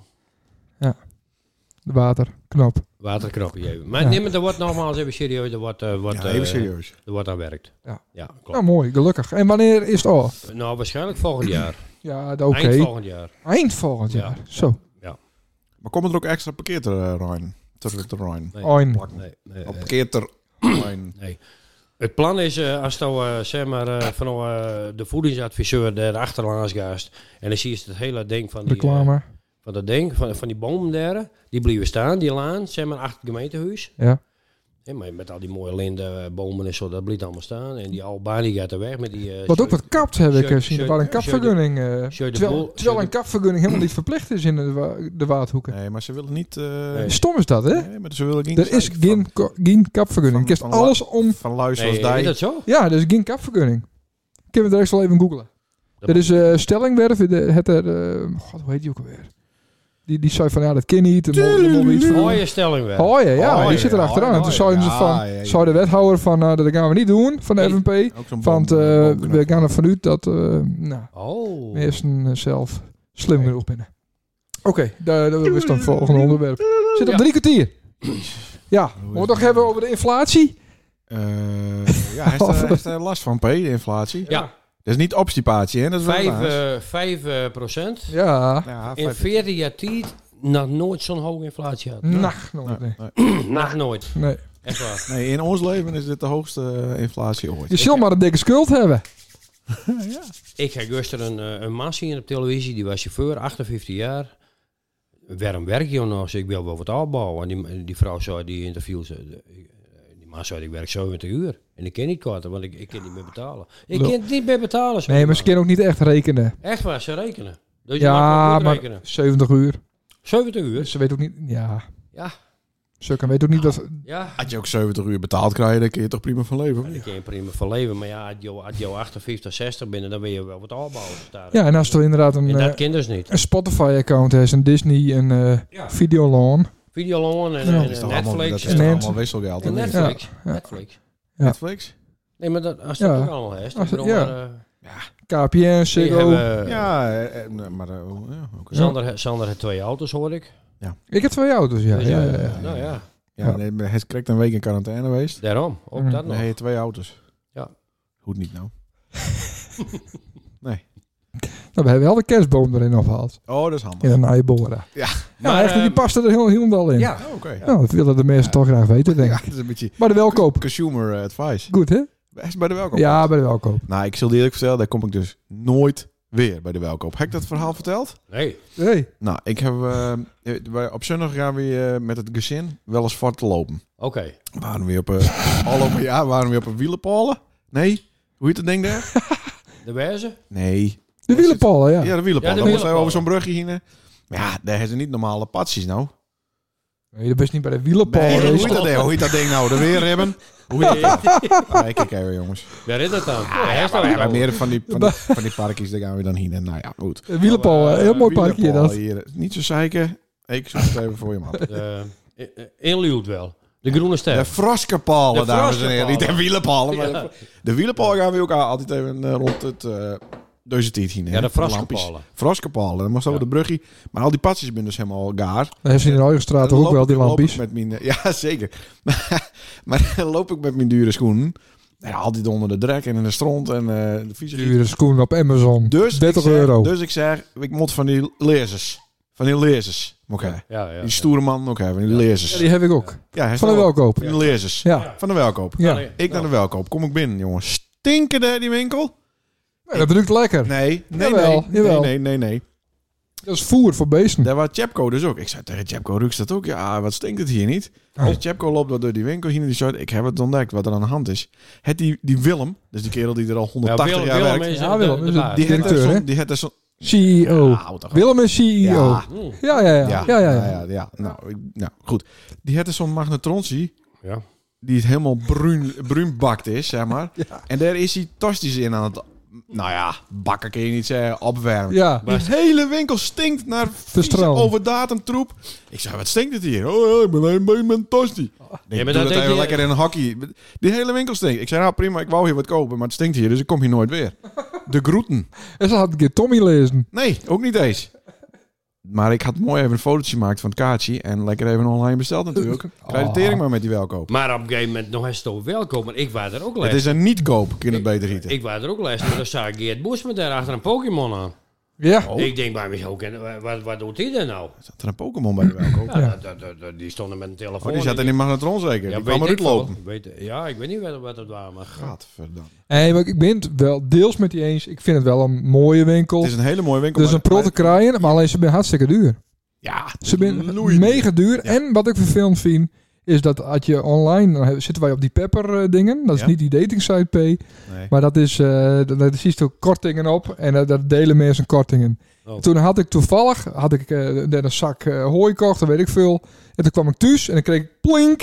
De waterknop. Waterknopje even. Maar Ja. neem het, er wordt nogmaals even serieus. Er wordt, uh, wordt, Ja, even uh, serieus. er wordt aan werkt. Ja. Ja, klopt. Nou, mooi, gelukkig. En wanneer is het af? Nou, waarschijnlijk volgend jaar. Ja, d- oké. Eind volgend jaar. Eind volgend Ja. jaar. Zo. Maar komen er ook extra parkeerterrein? Terug te Rijn. Nee. Eind. Nee, nee, Op nee. parkeerterrein. Het plan is, uh, als je uh, zeg maar, uh, van uh, de voedingsadviseur daar achterlangs gaat en dan zie je het hele ding van die, uh, Reclame. van dat ding, van, van die bomen daar, die blijven staan, die laan, zeg maar, achter het gemeentehuis. Ja. Ja, maar met al die mooie linde bomen en zo, dat blijft allemaal staan. En die Albani gaat er weg met die... uh, Wat ook wat kapt heb ik Sjeu- gezien. Er was een Sjeu- kapvergunning. eh, Sjeu de terwijl Boel- terwijl Sjeu een kapvergunning helemaal niet verplicht is in de, wa- de Waardhoeken. Nee, maar ze willen niet... eh, Nee. Stom is dat, hè? nee, maar ze willen geen... Er is van- geen, ko- geen kapvergunning. Je van- krijgt van alles om... Van Luis Nee, zoals is die. dat zo? Ja, er is geen kapvergunning. Je kunnen we direct wel even googlen. Dat Dit is uh, Stellingwerf. de- Het er, uh, God, hoe heet die ook alweer? Die, die zei van, ja, dat kan niet. Er moet- er moet iets van- Mooie stelling weer. Oh ja, ja, Oh, die ja, zit er ja, achteraan. oh, Toen ja, zeiden ze ja, van, ja, ja. zei de wethouder van, uh, dat gaan we niet doen van de Nee. F N P. Ook zo'n Want boom- uh, boomknop. we gaan ervan uit dat uh, nou, Oh. mensen uh, zelf slim genoeg binnen. Oké, daar dat is dan het volgende onderwerp. Zit op Ja. drie kwartier. Ja, we moeten nog hebben over de inflatie. Eh, ja, hij heeft er- hij heeft er last van, P, de inflatie. Ja, Dat is niet obstipatie, hè? Dat is wel vijf, waar. eh, vijf eh, procent. Ja, Ja, In vijf- veertien jaar tijd nog nooit zo'n hoge inflatie had. nacht nog. Nee. Nee. Nog nooit. nee. Echt waar. Nee, in ons leven is dit de hoogste eh, inflatie ooit. Je zult maar een dikke schuld hebben. Ik heb gisteren een, eh, een man zien op televisie, die was chauffeur, achtenvijftig jaar. Waarom werk je nog? Ik wil wel wat opbouwen. En die, die vrouw zei, die interview, zei, die man zei, ik werk zeventig uur. En ik kan niet korten, want ik, ik kan niet meer betalen. Ik Lo- kan het niet meer betalen. zei Nee, die maar ze man. kunnen ook niet echt rekenen. Echt waar, ze rekenen. Dus je mag Ja, wel goed maar rekenen. zeventig uur. zeventig uur? Ze weet ook niet... Ja, Ja, ze kan weet ook niet dat... ja. Als je ook zeventig uur betaald krijgt, dan kun je toch prima van leven. of Ik niet? kan je prima van leven, maar ja, als je, als je achtenvijftig, zestig bent, dan wil je wel wat opbouwen. Daar. Ja, en als er inderdaad een, En eh, dat kind dus niet. een Spotify-account is, een Disney, een uh, Ja. Videoland. Videoland en, Ja. en Dat is toch allemaal, dat Netflix. is En toch net- allemaal wisselgeld. En of niet? Netflix. Ja. Netflix. Ja. Netflix? Nee, maar dat, als dat Ja. ook allemaal heeft. Als Ik het- bedoel, ja. maar, eh, K P N, die Ziggo. hebben, Ja, eh, eh, nee, maar... eh, oh, ja, oké. Sander, Sander heeft twee auto's, hoor ik. Ik heb twee auto's, ja. Dus ja, ja, ja, ja. Nou ja, Ja, nee, maar hij is correct een week in quarantaine geweest. daarom. Ook Mm. dat Dan nog. heb je twee auto's. Ja. Goed niet nou. Nee. Nou, we hebben wel de kerstboom erin afgehaald. Oh, dat is handig. In een Nijbora. Ja. Ja, Maar, echt, die ehm, paste er heel, helemaal in. Ja, Oh, oké. Nou, dat willen de mensen toch graag weten, denk Ja, ik. dat is een beetje Maar de welkoop. consumer eh, advice. Goed, hè? Hij is bij de welkoop. Ja, bij de welkoop. Nou, ik zal je eerlijk vertellen, daar kom ik dus nooit weer bij de welkoop. Heb ik dat verhaal verteld? nee. Hey. Nou, ik heb... eh, wij- op zondag gaan we eh, met het gezin wel eens voor te lopen. Oké. Waren we op een... al op een jaar waren we op een wielenpolen? Nee? Hoe heet dat ding daar? De wijze? Nee. De wielenpalen, ja. Ja, de wielenpolen. Ja, de Dan moesten we wielenpolen. over zo'n brugje heen. hè. Maar ja, daar hebben ze niet normale patsies nou. Nee, dat is niet bij de wielenpalen. Nee, dat hoe is- heet dat ding? Hoe heet dat ding nou? De weer hebben? Hoe heet dat? Nee, kijk even jongens. Waar is dat dan? Ja, Hij ja, staat maar, ja, maar ook. meer van die, van die, van die parkjes, daar gaan we dan heen. En nou ja, goed. De wielenpalen, heel mooi parkje Wielerpolen dat. hier. Niet zo zeiken. Ik zoek het even voor je man. Eh, eh, Inluwt wel. De groene ster. De Froskenpalen, De dames en heren. Niet de Froskenpalen. wielenpalen. Maar Ja. de, de wielenpalen gaan we ook altijd even eh, rond het... eh deze tijd heen. hè, Ja, de voor lampjes. Froskenpalen. Froskenpalen. Dan moest over Ja. de brugje. Maar al die patsjes zijn dus helemaal gaar. Dat heeft ze in de Ooigerstraat En dan ook loop wel, ik- die loop ik lampjes. Met mijn, eh, ja, zeker. Maar dan loop ik met mijn dure schoenen. Nou ja, altijd onder de drek en in de stront en eh de vieze Dure schoenen op Amazon. Dus ik dertig zeg- euro. Dus ik zeg, ik moet van die lezers. Van die lezers. Moet ik hebben. Ja, ja. Die stoere man ook hebben. Die lezers. Ja, die heb ik ook. Ja, hij is Van de wel- welkoop. Van de lezers. Ja. Van de welkoop. Ja. Ik naar de welkoop. Kom ik binnen, jongens. Stinken daar die winkel? Nee, dat ruikt lekker. Nee, nee, Jawel, nee. jawel. Nee, nee, nee, nee. Dat is voer voor beesten. Daar was Chepco dus ook. Ik zei tegen Chepco, ruikt dat ook? Ja, wat stinkt het hier niet? Oh. Dus Chepco loopt door die winkel heen en die zei, ik heb het ontdekt wat er aan de hand is. Het die, die Willem, dus die kerel die er al Ja, honderdtachtig Willem, jaar Willem werkt. is Ja, de- Willem de is het. baas. Die heeft directeur, er hè? zo'n... Die heeft er zo'n... C E O. Ja, hou toch op. Willem is C E O. Ja. Mm. Ja, ja, ja. Ja, Ja, ja, ja, ja. ja, ja. Nou, ik- nou, goed. Die heeft er zo'n magnetronsie, Ja. die helemaal bruin, bruin bakt is, zeg maar. En daar is hij tostisch in aan het... Nou ja, bakken kun je niet zeggen, opwarmen. Ja. Die hele winkel stinkt naar vieze, stralen. overdatum troep. Ik zei, wat stinkt het hier? Oh ja, ik ben een beetje met tosti. maar Ja, dat doe dat deed even je- lekker in een hockey. Die hele winkel stinkt. Ik zei, nou prima, ik wou hier wat kopen, maar het stinkt hier, dus ik kom hier nooit weer. De groeten. En ze had een keer Tommy lezen. Nee, ook niet eens. Maar ik had mooi even een fotootje gemaakt van het kaartje en lekker even online besteld natuurlijk. Krijg de tering maar met die welkoop. Maar op een gegeven moment nog eens toch welkom. Maar ik was er ook Het les. is een niet-koop, kun je het beter gieten. Ik was er ook les. Maar dan zag ik Geert Boesma daar achter een Pokémon aan. Ja. Oh. Ik denk bij mezelf, wat, wat, wat doet hij daar nou? Zat er een Pokémon bij de welkoop? Ja, dat- dat- dat- dat- die stonden met een telefoon. Oh, die zat in die magnetron zeker. Ja, die kwam weet eruit ik veel. lopen. Weet, ja, ik weet niet wat, wat het was. Maar Gadverdamme. Hey, maar ik ben het wel deels met die eens. Ik vind het wel een mooie winkel. Het is een hele mooie winkel. Het is een maar- protte kraaien, maar alleen ze zijn hartstikke duur. Ja, Ze zijn loeiend. mega duur. Ja. En wat ik vervelend vind, is dat als je online... Dan hebben- zitten wij op die Pepper eh, dingen. Dat is Ja. niet die dating site P. Nee. Maar dat is... eh daar zie je ook kortingen op. En uh, daar delen mensen kortingen. Oh. Toen had ik toevallig had ik, eh, daar een zak eh, hooi gekocht. Dat weet ik veel. En toen kwam ik thuis en dan kreeg ik plink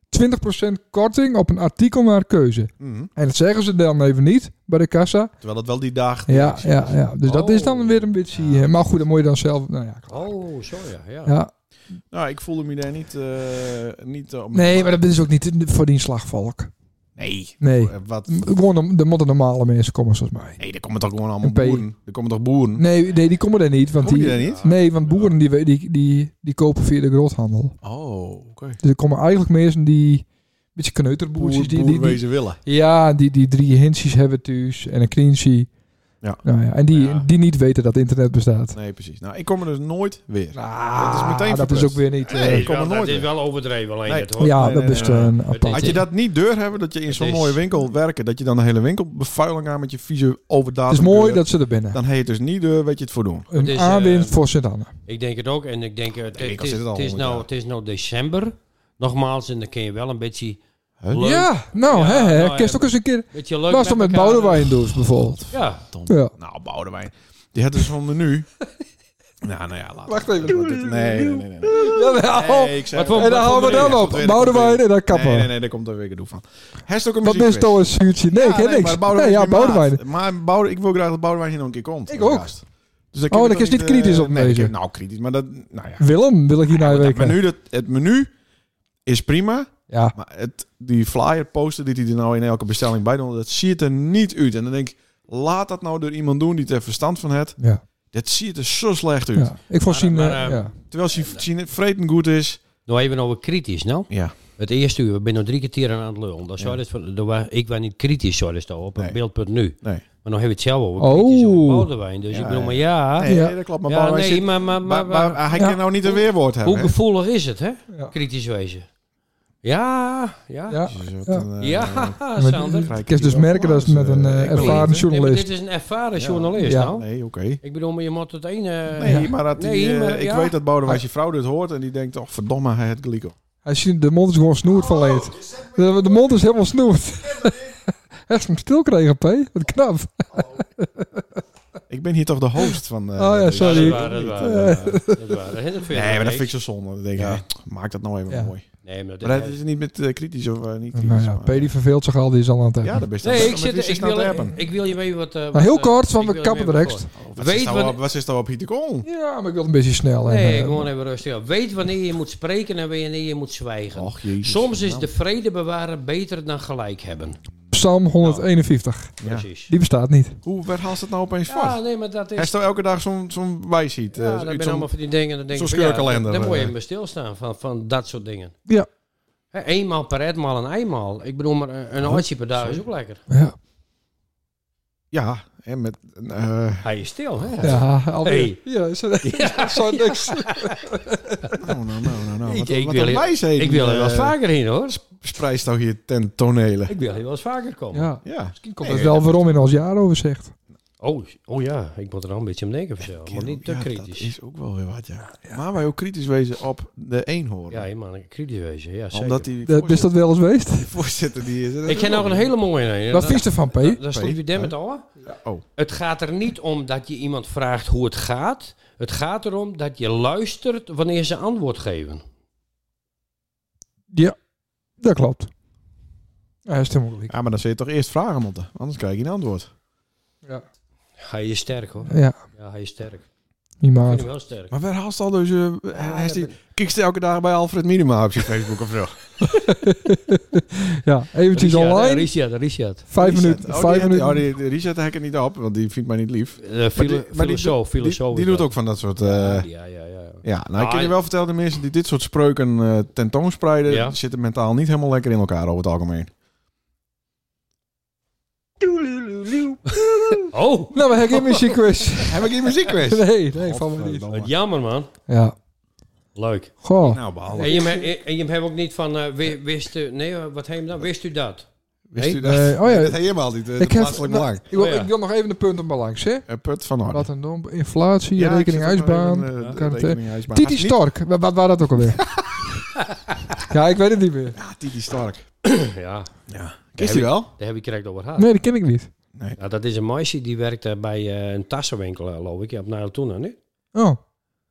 twintig procent korting op een artikel naar keuze. Mhm. En dat zeggen ze dan even niet bij de kassa. Terwijl dat wel die dagen... Ja, ja, ja. Dus dat Oh. is dan weer een beetje... Ja. eh, maar goed, dan moet je dan zelf... Nou ja, klaar. Oh, zo ja. ja. Ja. Nou, ik voelde me daar niet... eh niet uh, op Nee, maar dat is ook niet voor die slagvolk. Nee. Nee. Eh, Wat... Gewoon, de- er moeten normale mensen komen zoals mij. Nee, er komen toch gewoon allemaal Een P. boeren. Er komen toch boeren? Nee, nee, die komen er niet. Want Komen die, die er niet? Nee, want boeren die, die, die, die kopen via de groothandel. Oh, oké. Dus er komen eigenlijk mensen die... Een beetje kneuterboertjes. Boer, Die, die, die, boerwezen willen. ja, die, die drie hintjes hebben thuis. En een kriensie. Ja. Nou ja, en die, Ja. die niet weten dat internet bestaat. Nee, precies. Nou, ik kom er dus nooit weer. Ah, dat is meteen dat is verpest. ook weer niet... Nee, eh, ik Ik kom er dat nooit is weer. wel overdreven alleen Nee. het hoor. ja, nee, dat nee, is nee, een nee. apart. Als je dat niet deur hebben, dat je in Het zo'n is- mooie winkel werken, dat je dan de hele winkel bevuiling aan met je vieze overdatum. Het is mooi deur, dat ze er binnen. Dan heet het dus niet deur, weet je het voor doen. Een Het is, eh, aanwinst voor Sint-Anne. Ik denk het ook. En ik denk, eh, het, ik het, al is, zit het al het, is honderd nou, jaar. het is nou december. Nogmaals, en dan kun je wel een beetje Huh? leuk, Ja, nou, Ja, hè, hè. nou, Kerst ja, ook eens een keer... beetje leuk Was dan met elkaar, eh, Boudewijn dus, bijvoorbeeld. Ja. Tom. Ja. Nou, Boudewijn. Die had dus zo'n menu. nou, nou ja, laat Wacht het. even. Dit- Nee, nee, nee. nee. Jawel. Nee, ik zei- Wat voor- En dan houden we wat dan voor op. meneer? Boudewijn en dan kappen. Nee, nee, nee, daar komt er weer gedoe van. Hij is ook een Wat muziekquiz. is toch een zuurtje? Nee, ik Ja, heb niks. maar Boudewijn Nee, ja, is mijn Boudewijn. maat. Maar Boude, ik wil graag dat Boudewijn hier nog een keer komt. Ik als ook. gast. Dus dan Oh, kun dan je is niet toch kritisch eh, op nee, deze. ik- Nou, kritisch, maar dat... Nou ja. Willem wil ik hier naar de het, week. menu, dat, het menu is prima. Ja. Maar het, die flyer poster die hij er nou in elke bestelling bij doet, dat ziet er niet uit. En dan denk ik, laat dat nou door iemand doen die er verstand van heeft. Ja. Dat ziet er zo slecht uit. Ja. Ik vond zien... Maar, eh, eh, ja. Terwijl ze zien vreten goed is. Nou even over kritisch, nou. Ja. Het eerste uur, we zijn nog drie kwartier aan het lullen. Dat Ja. ja. van, dat was, ik was niet kritisch, zo is dat op Nee. het beeldpunt nu. Nee. Maar nou hebben we het zelf over Oh. kritisch over Boudewijn. Dus Ja, ik bedoel, ja. maar ja... Nee, Ja. dat klopt. Maar ja, Boudewijn nee, zit- maar, maar, maar, maar, maar hij Ja. kan nou niet een weerwoord hebben. hoe hè? gevoelig is het, hè? Ja. Kritisch wezen. Ja, ja. Ja. Jezus, wat Ja. een, eh, Ja, Maar Sander. vrij Ik kan dus kritisch merken dat ze met een eh, eh, ik wil ervaren even- Nee, maar journalist... dit is een ervaren Ja. journalist, Ja. nou. Nee, oké. Ik bedoel, maar je moet het ene... Nee, maar, dat die, Nee, eh, maar ik ja. weet dat Boudewijn zijn vrouw dit hoort en die denkt, oh verdomme, hij heeft gelijk op. Hij ziet, de mond is gewoon snoerd van leed. De, de mond is helemaal snoerd. Hij is hem stil kregen, P. Wat knap. Ik ben hier toch de host van... eh, Oh ja, deze- sorry. Ja, dat is waar, dat is waar. Dat is waar. Dat is waar. Dat is Nee, maar dat vind ik zo zonde. Dan denk ik, Ja. ja, maak dat nou even Ja. mooi. Nee, maar dat, Maar dat is niet met eh, kritisch of eh, niet kritisch. Nou ja, maar- P die verveelt zich al, die is al aan het hebben. Ja, dat best Nee, ik, zit, Met ik, wie wil, is het nou te ik wil je weten wat... eh, wat, Nou, heel eh, kort, van ik we wil kappen je direct. weten Oh, wat, Weet is nou wat- op, wat is nou op Hietekon? Ja, maar ik wil het een beetje snel. en, Nee, eh, gewoon even rustig. Weet wanneer je moet spreken en wanneer je moet zwijgen. Och, jezus. Soms is Nou, de vrede bewaren beter dan gelijk hebben. Psalm honderdeenenvijftig. ja. Precies. Die bestaat niet. Hoe, waar haalt het nou opeens Ja, voor? nee, maar dat Hij is... is toch elke dag zo'n zo'n wijsheid? Ja, eh, dat uit zijn zo'n- allemaal van die dingen. Dan denk zo'n ik van, ja, scheurkalender, Dan moet je eh. even bij stilstaan van, van dat soort dingen. Ja. Hè, eenmaal per etmaal en eenmaal. Ik bedoel, maar een Oh, oudje per dag is ook lekker. Ja. Ja, en met... eh, Hij is stil, hè? Ja, alweer. Hey. Ja, is dat Ja. zo niks. nou, nou, nou, nou, nou. Ik- Wat, ik wat wil een hier- wijsheid. Ik wil er wel eens eh, vaker heen, hoor. Sprijst nou hier ten tonele. Ik wil hier wel eens vaker komen. Ja. Ja. Misschien komt Nee, het wel waarom in ons jaar overzicht. Oh, oh ja, ik moet er al een beetje om denken vanzelf. Maar niet te Ja, kritisch. Dat is ook wel weer wat, ja. Maar wij ook kritisch wezen op de eenhoorn. Ja, man, kritisch wezen. Ja, zeker. Omdat die Dat, is dat wel eens geweest? die voorzitter die is... Ik heb nog een hele mooie. Nee, Wat vies ervan, P? Daar stond je dem met al. Oh. Het gaat er niet om dat je iemand vraagt hoe het gaat. Het gaat erom dat je luistert wanneer ze antwoord geven. Ja, dat klopt. Ja, dat is helemaal gelijk. Ja, maar dan zul je toch eerst vragen moeten. Anders krijg je geen antwoord. Ja. Hij is sterk, hoor. Ja, Ja, hij is sterk. Ik niet vind maar. hem wel sterk. Maar waar haalt ze al dus... Uh, hij is die, kijk ze elke dag bij Alfred Minima op zijn Facebook of zo. Ja, eventjes Richard, online. eh, Richard, Richard. Vijf Reset. minuten. Oh, Vijf die, minuten. Oh, die, die Richard hek ik niet op, want die vindt mij niet lief. Uh, Maar filo die- maar die filosoof, Die, filosoof. die is doet dat. ook van dat soort... eh, Ja, ja, ja. ja. ja, nou, ik Ah, kan je wel vertellen, de mensen die dit soort spreuken eh tentoonspreiden, Ja. zitten mentaal niet helemaal lekker in elkaar over het algemeen. Oh, Nou, we hebben geen muziekquiz. Heb ik geen muziekquiz? Nee, nee, van me niet. wat jammer, man. Ja. Leuk. Goh. Nou, behalve. En je, me- en je hebt ook niet van, eh, wi- wist u, nee, eh, wat heet hem dan? Wist u dat? Wist u Nee? dat? Nee, oh ja. Dat helemaal niet. Uh, Ik heb- plaatselijk nou, belang. Ik wil, Oh ja. ik wil nog even de punten balans, hè? Uh, put van orde. Wat een dom. Inflatie, Ja, ik rekening zit ook nog huisbaan. even, eh, de quarantaine. rekening huisbaan. Titi Haast niet- Stork. Wat, wat was dat ook alweer? Ja, ik weet het niet meer. Ja, Titi Stark. Ja, Ja. Is die wel? daar heb ik direct over gehad. Nee, die ken ik niet. Nee. Nou, dat is een meisje die werkt eh, bij eh, een tassenwinkel, eh, geloof ik. Ja, op Nijltoena, nu. Oh.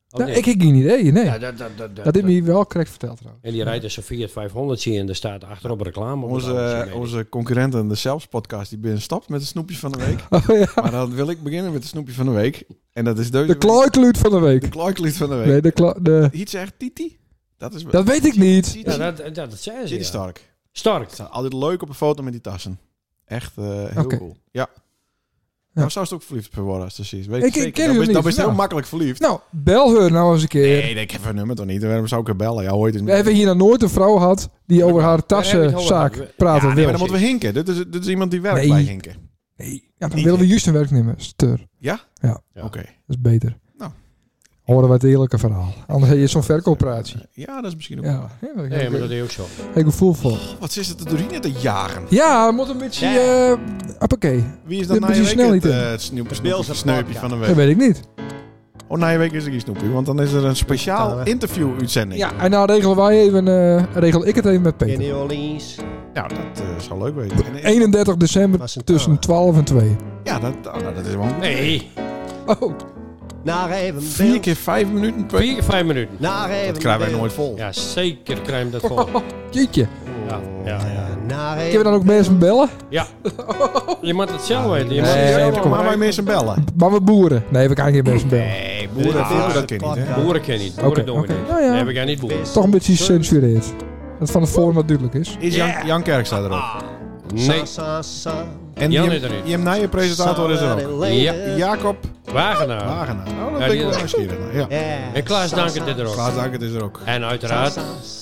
Oh, Nou, nee. ik heb geen idee, nee. Ja, dat, dat, dat, dat, dat heeft me wel correct verteld trouwens. En die rijdt dus een Fiat vijfhonderd zie je en er staat achterop reclame. op de auto, Onze, zie je. onze concurrenten, de Zelfs podcast, die ben stopt met de snoepjes van de week. Oh ja. Maar dan wil ik beginnen met de snoepje van de week. En dat is deze De klooikluut van de De week. klooiklied van de week. Nee, de kla- de... Iets zegt Titi? Dat is Dat weet ik niet. Titi, Ja, dat, dat, dat zei ze. Titi Ja. Stark. Stark. Staat altijd leuk op een foto met die tassen. Echt eh, heel Oké. cool. Ja. Nou, zou ze ook verliefd op worden als ze ziet. Weet Ik- ik ik zeker. ken Dan u is, niet. dan is het heel Nou. makkelijk verliefd. Nou, bel haar nou eens een keer. Nee, ik heb haar nummer toch niet. Waarom zou ik haar bellen? Ja, ooit is We hebben hier nog nooit een vrouw gehad die over haar Waar heb je het over tassenzaak gehad? praten Ja, nee, wil. maar dan moeten we hinken. Dit is, dit is iemand die werkt Nee. bij hinken. Nee, ja, dan willen we juist een werknemer. Stur. Ja? Ja. Ja. Oké. Dat is beter. Nou. Horen we het eerlijke verhaal. Anders heb je zo'n verkoopoperatie. Ja, dat is misschien ook Ja, wel. ja, daar Nee, heb maar ik dat is ook zo. heb ik gevoel voor. Wat is het er doorheen net te jagen? Ja, we moeten een beetje... Ja. eh Hoppakee. Wie is Dit dat moet na je je week snel het, niet in. eh, het snoep, snoepje, Beelse sneupje podcast. van de Dat week? weet ik niet. Oh, na je week is er geen snoepje. Want dan is er een speciaal Ja. interview-uitzending. Ja, en nou regelen wij even... eh regel ik het even met In Peter. New Orleans. Nou, dat eh zou leuk weten. En, eh, eenendertig december Was een tussen taal. twaalf en twee. ja, dat, oh, nou, dat is wel een goed. Nee, Oh, Naar even Vier beeld. keer vijf minuten per... vier keer vijf minuten. Naar even Dat krijgen wij beeld. nooit vol. Ja, zeker krijg je dat vol. jeetje. Ja, ja, ja. Naar Kunnen we even dan ook mensen bellen? Ja. Je moet het zelf weten. Je moet Nee, het zelf kom Kom maar maar wij mensen bellen. Maar we boeren. Nee, we gaan geen mensen bellen. Nee, boeren, Ja, boeren, dat ken je niet, hè? Boeren ken je niet. Boeren Oké, doen we oké. niet. Nou ja. Nee, we gaan niet boeren. Toch een beetje gecensureerd. Dat van tevoren wat duidelijk is. Is Jan, Jan Kerk staat erop. Nee. Sa, sa, sa. En Jan je, is er niet. je hebt na je presentator is er ook. Ja. Jacob Wagenaar. Wagenaar. Oh, dat Ja, ben ik die wel is- nieuwsgierig naar. Ja. Ja. En Klaas Danker dit er ook. Klaas Dankert is er ook. En uiteraard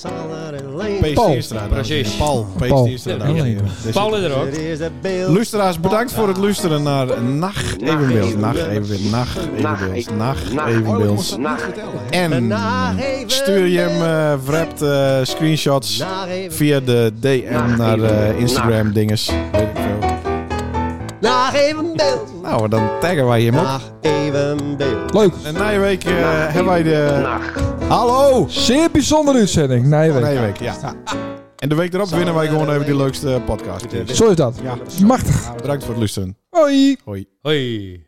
P. Paul. Stierstra. Precies. Paul. P. Paul. Stierstra. Ja, dames en nee. heren. Dus- Paul is er ook. Dit is de beeld. Luisteraars, bedankt voor het luisteren naar Nacht Evenbeeld. Nacht Evenbeeld. Nacht Evenbeeld. Nacht Evenbeeld. Nacht. En stuur je hem uh, wrapped eh, screenshots Naar even via de D M naar eh, Instagram dinges. Weet ik veel. Naar even beeld. Nou, dan taggen wij hem op. Naar even beeld. Leuk. En na je week eh, hebben wij de... Nacht. Hallo! Zeer bijzondere uitzending. Nee, Na weet je week, ja. En de week erop winnen wij gewoon even die leukste podcast. Zo is dat. Ja. Machtig. Bedankt voor het luisteren. Hoi. Hoi. Hoi.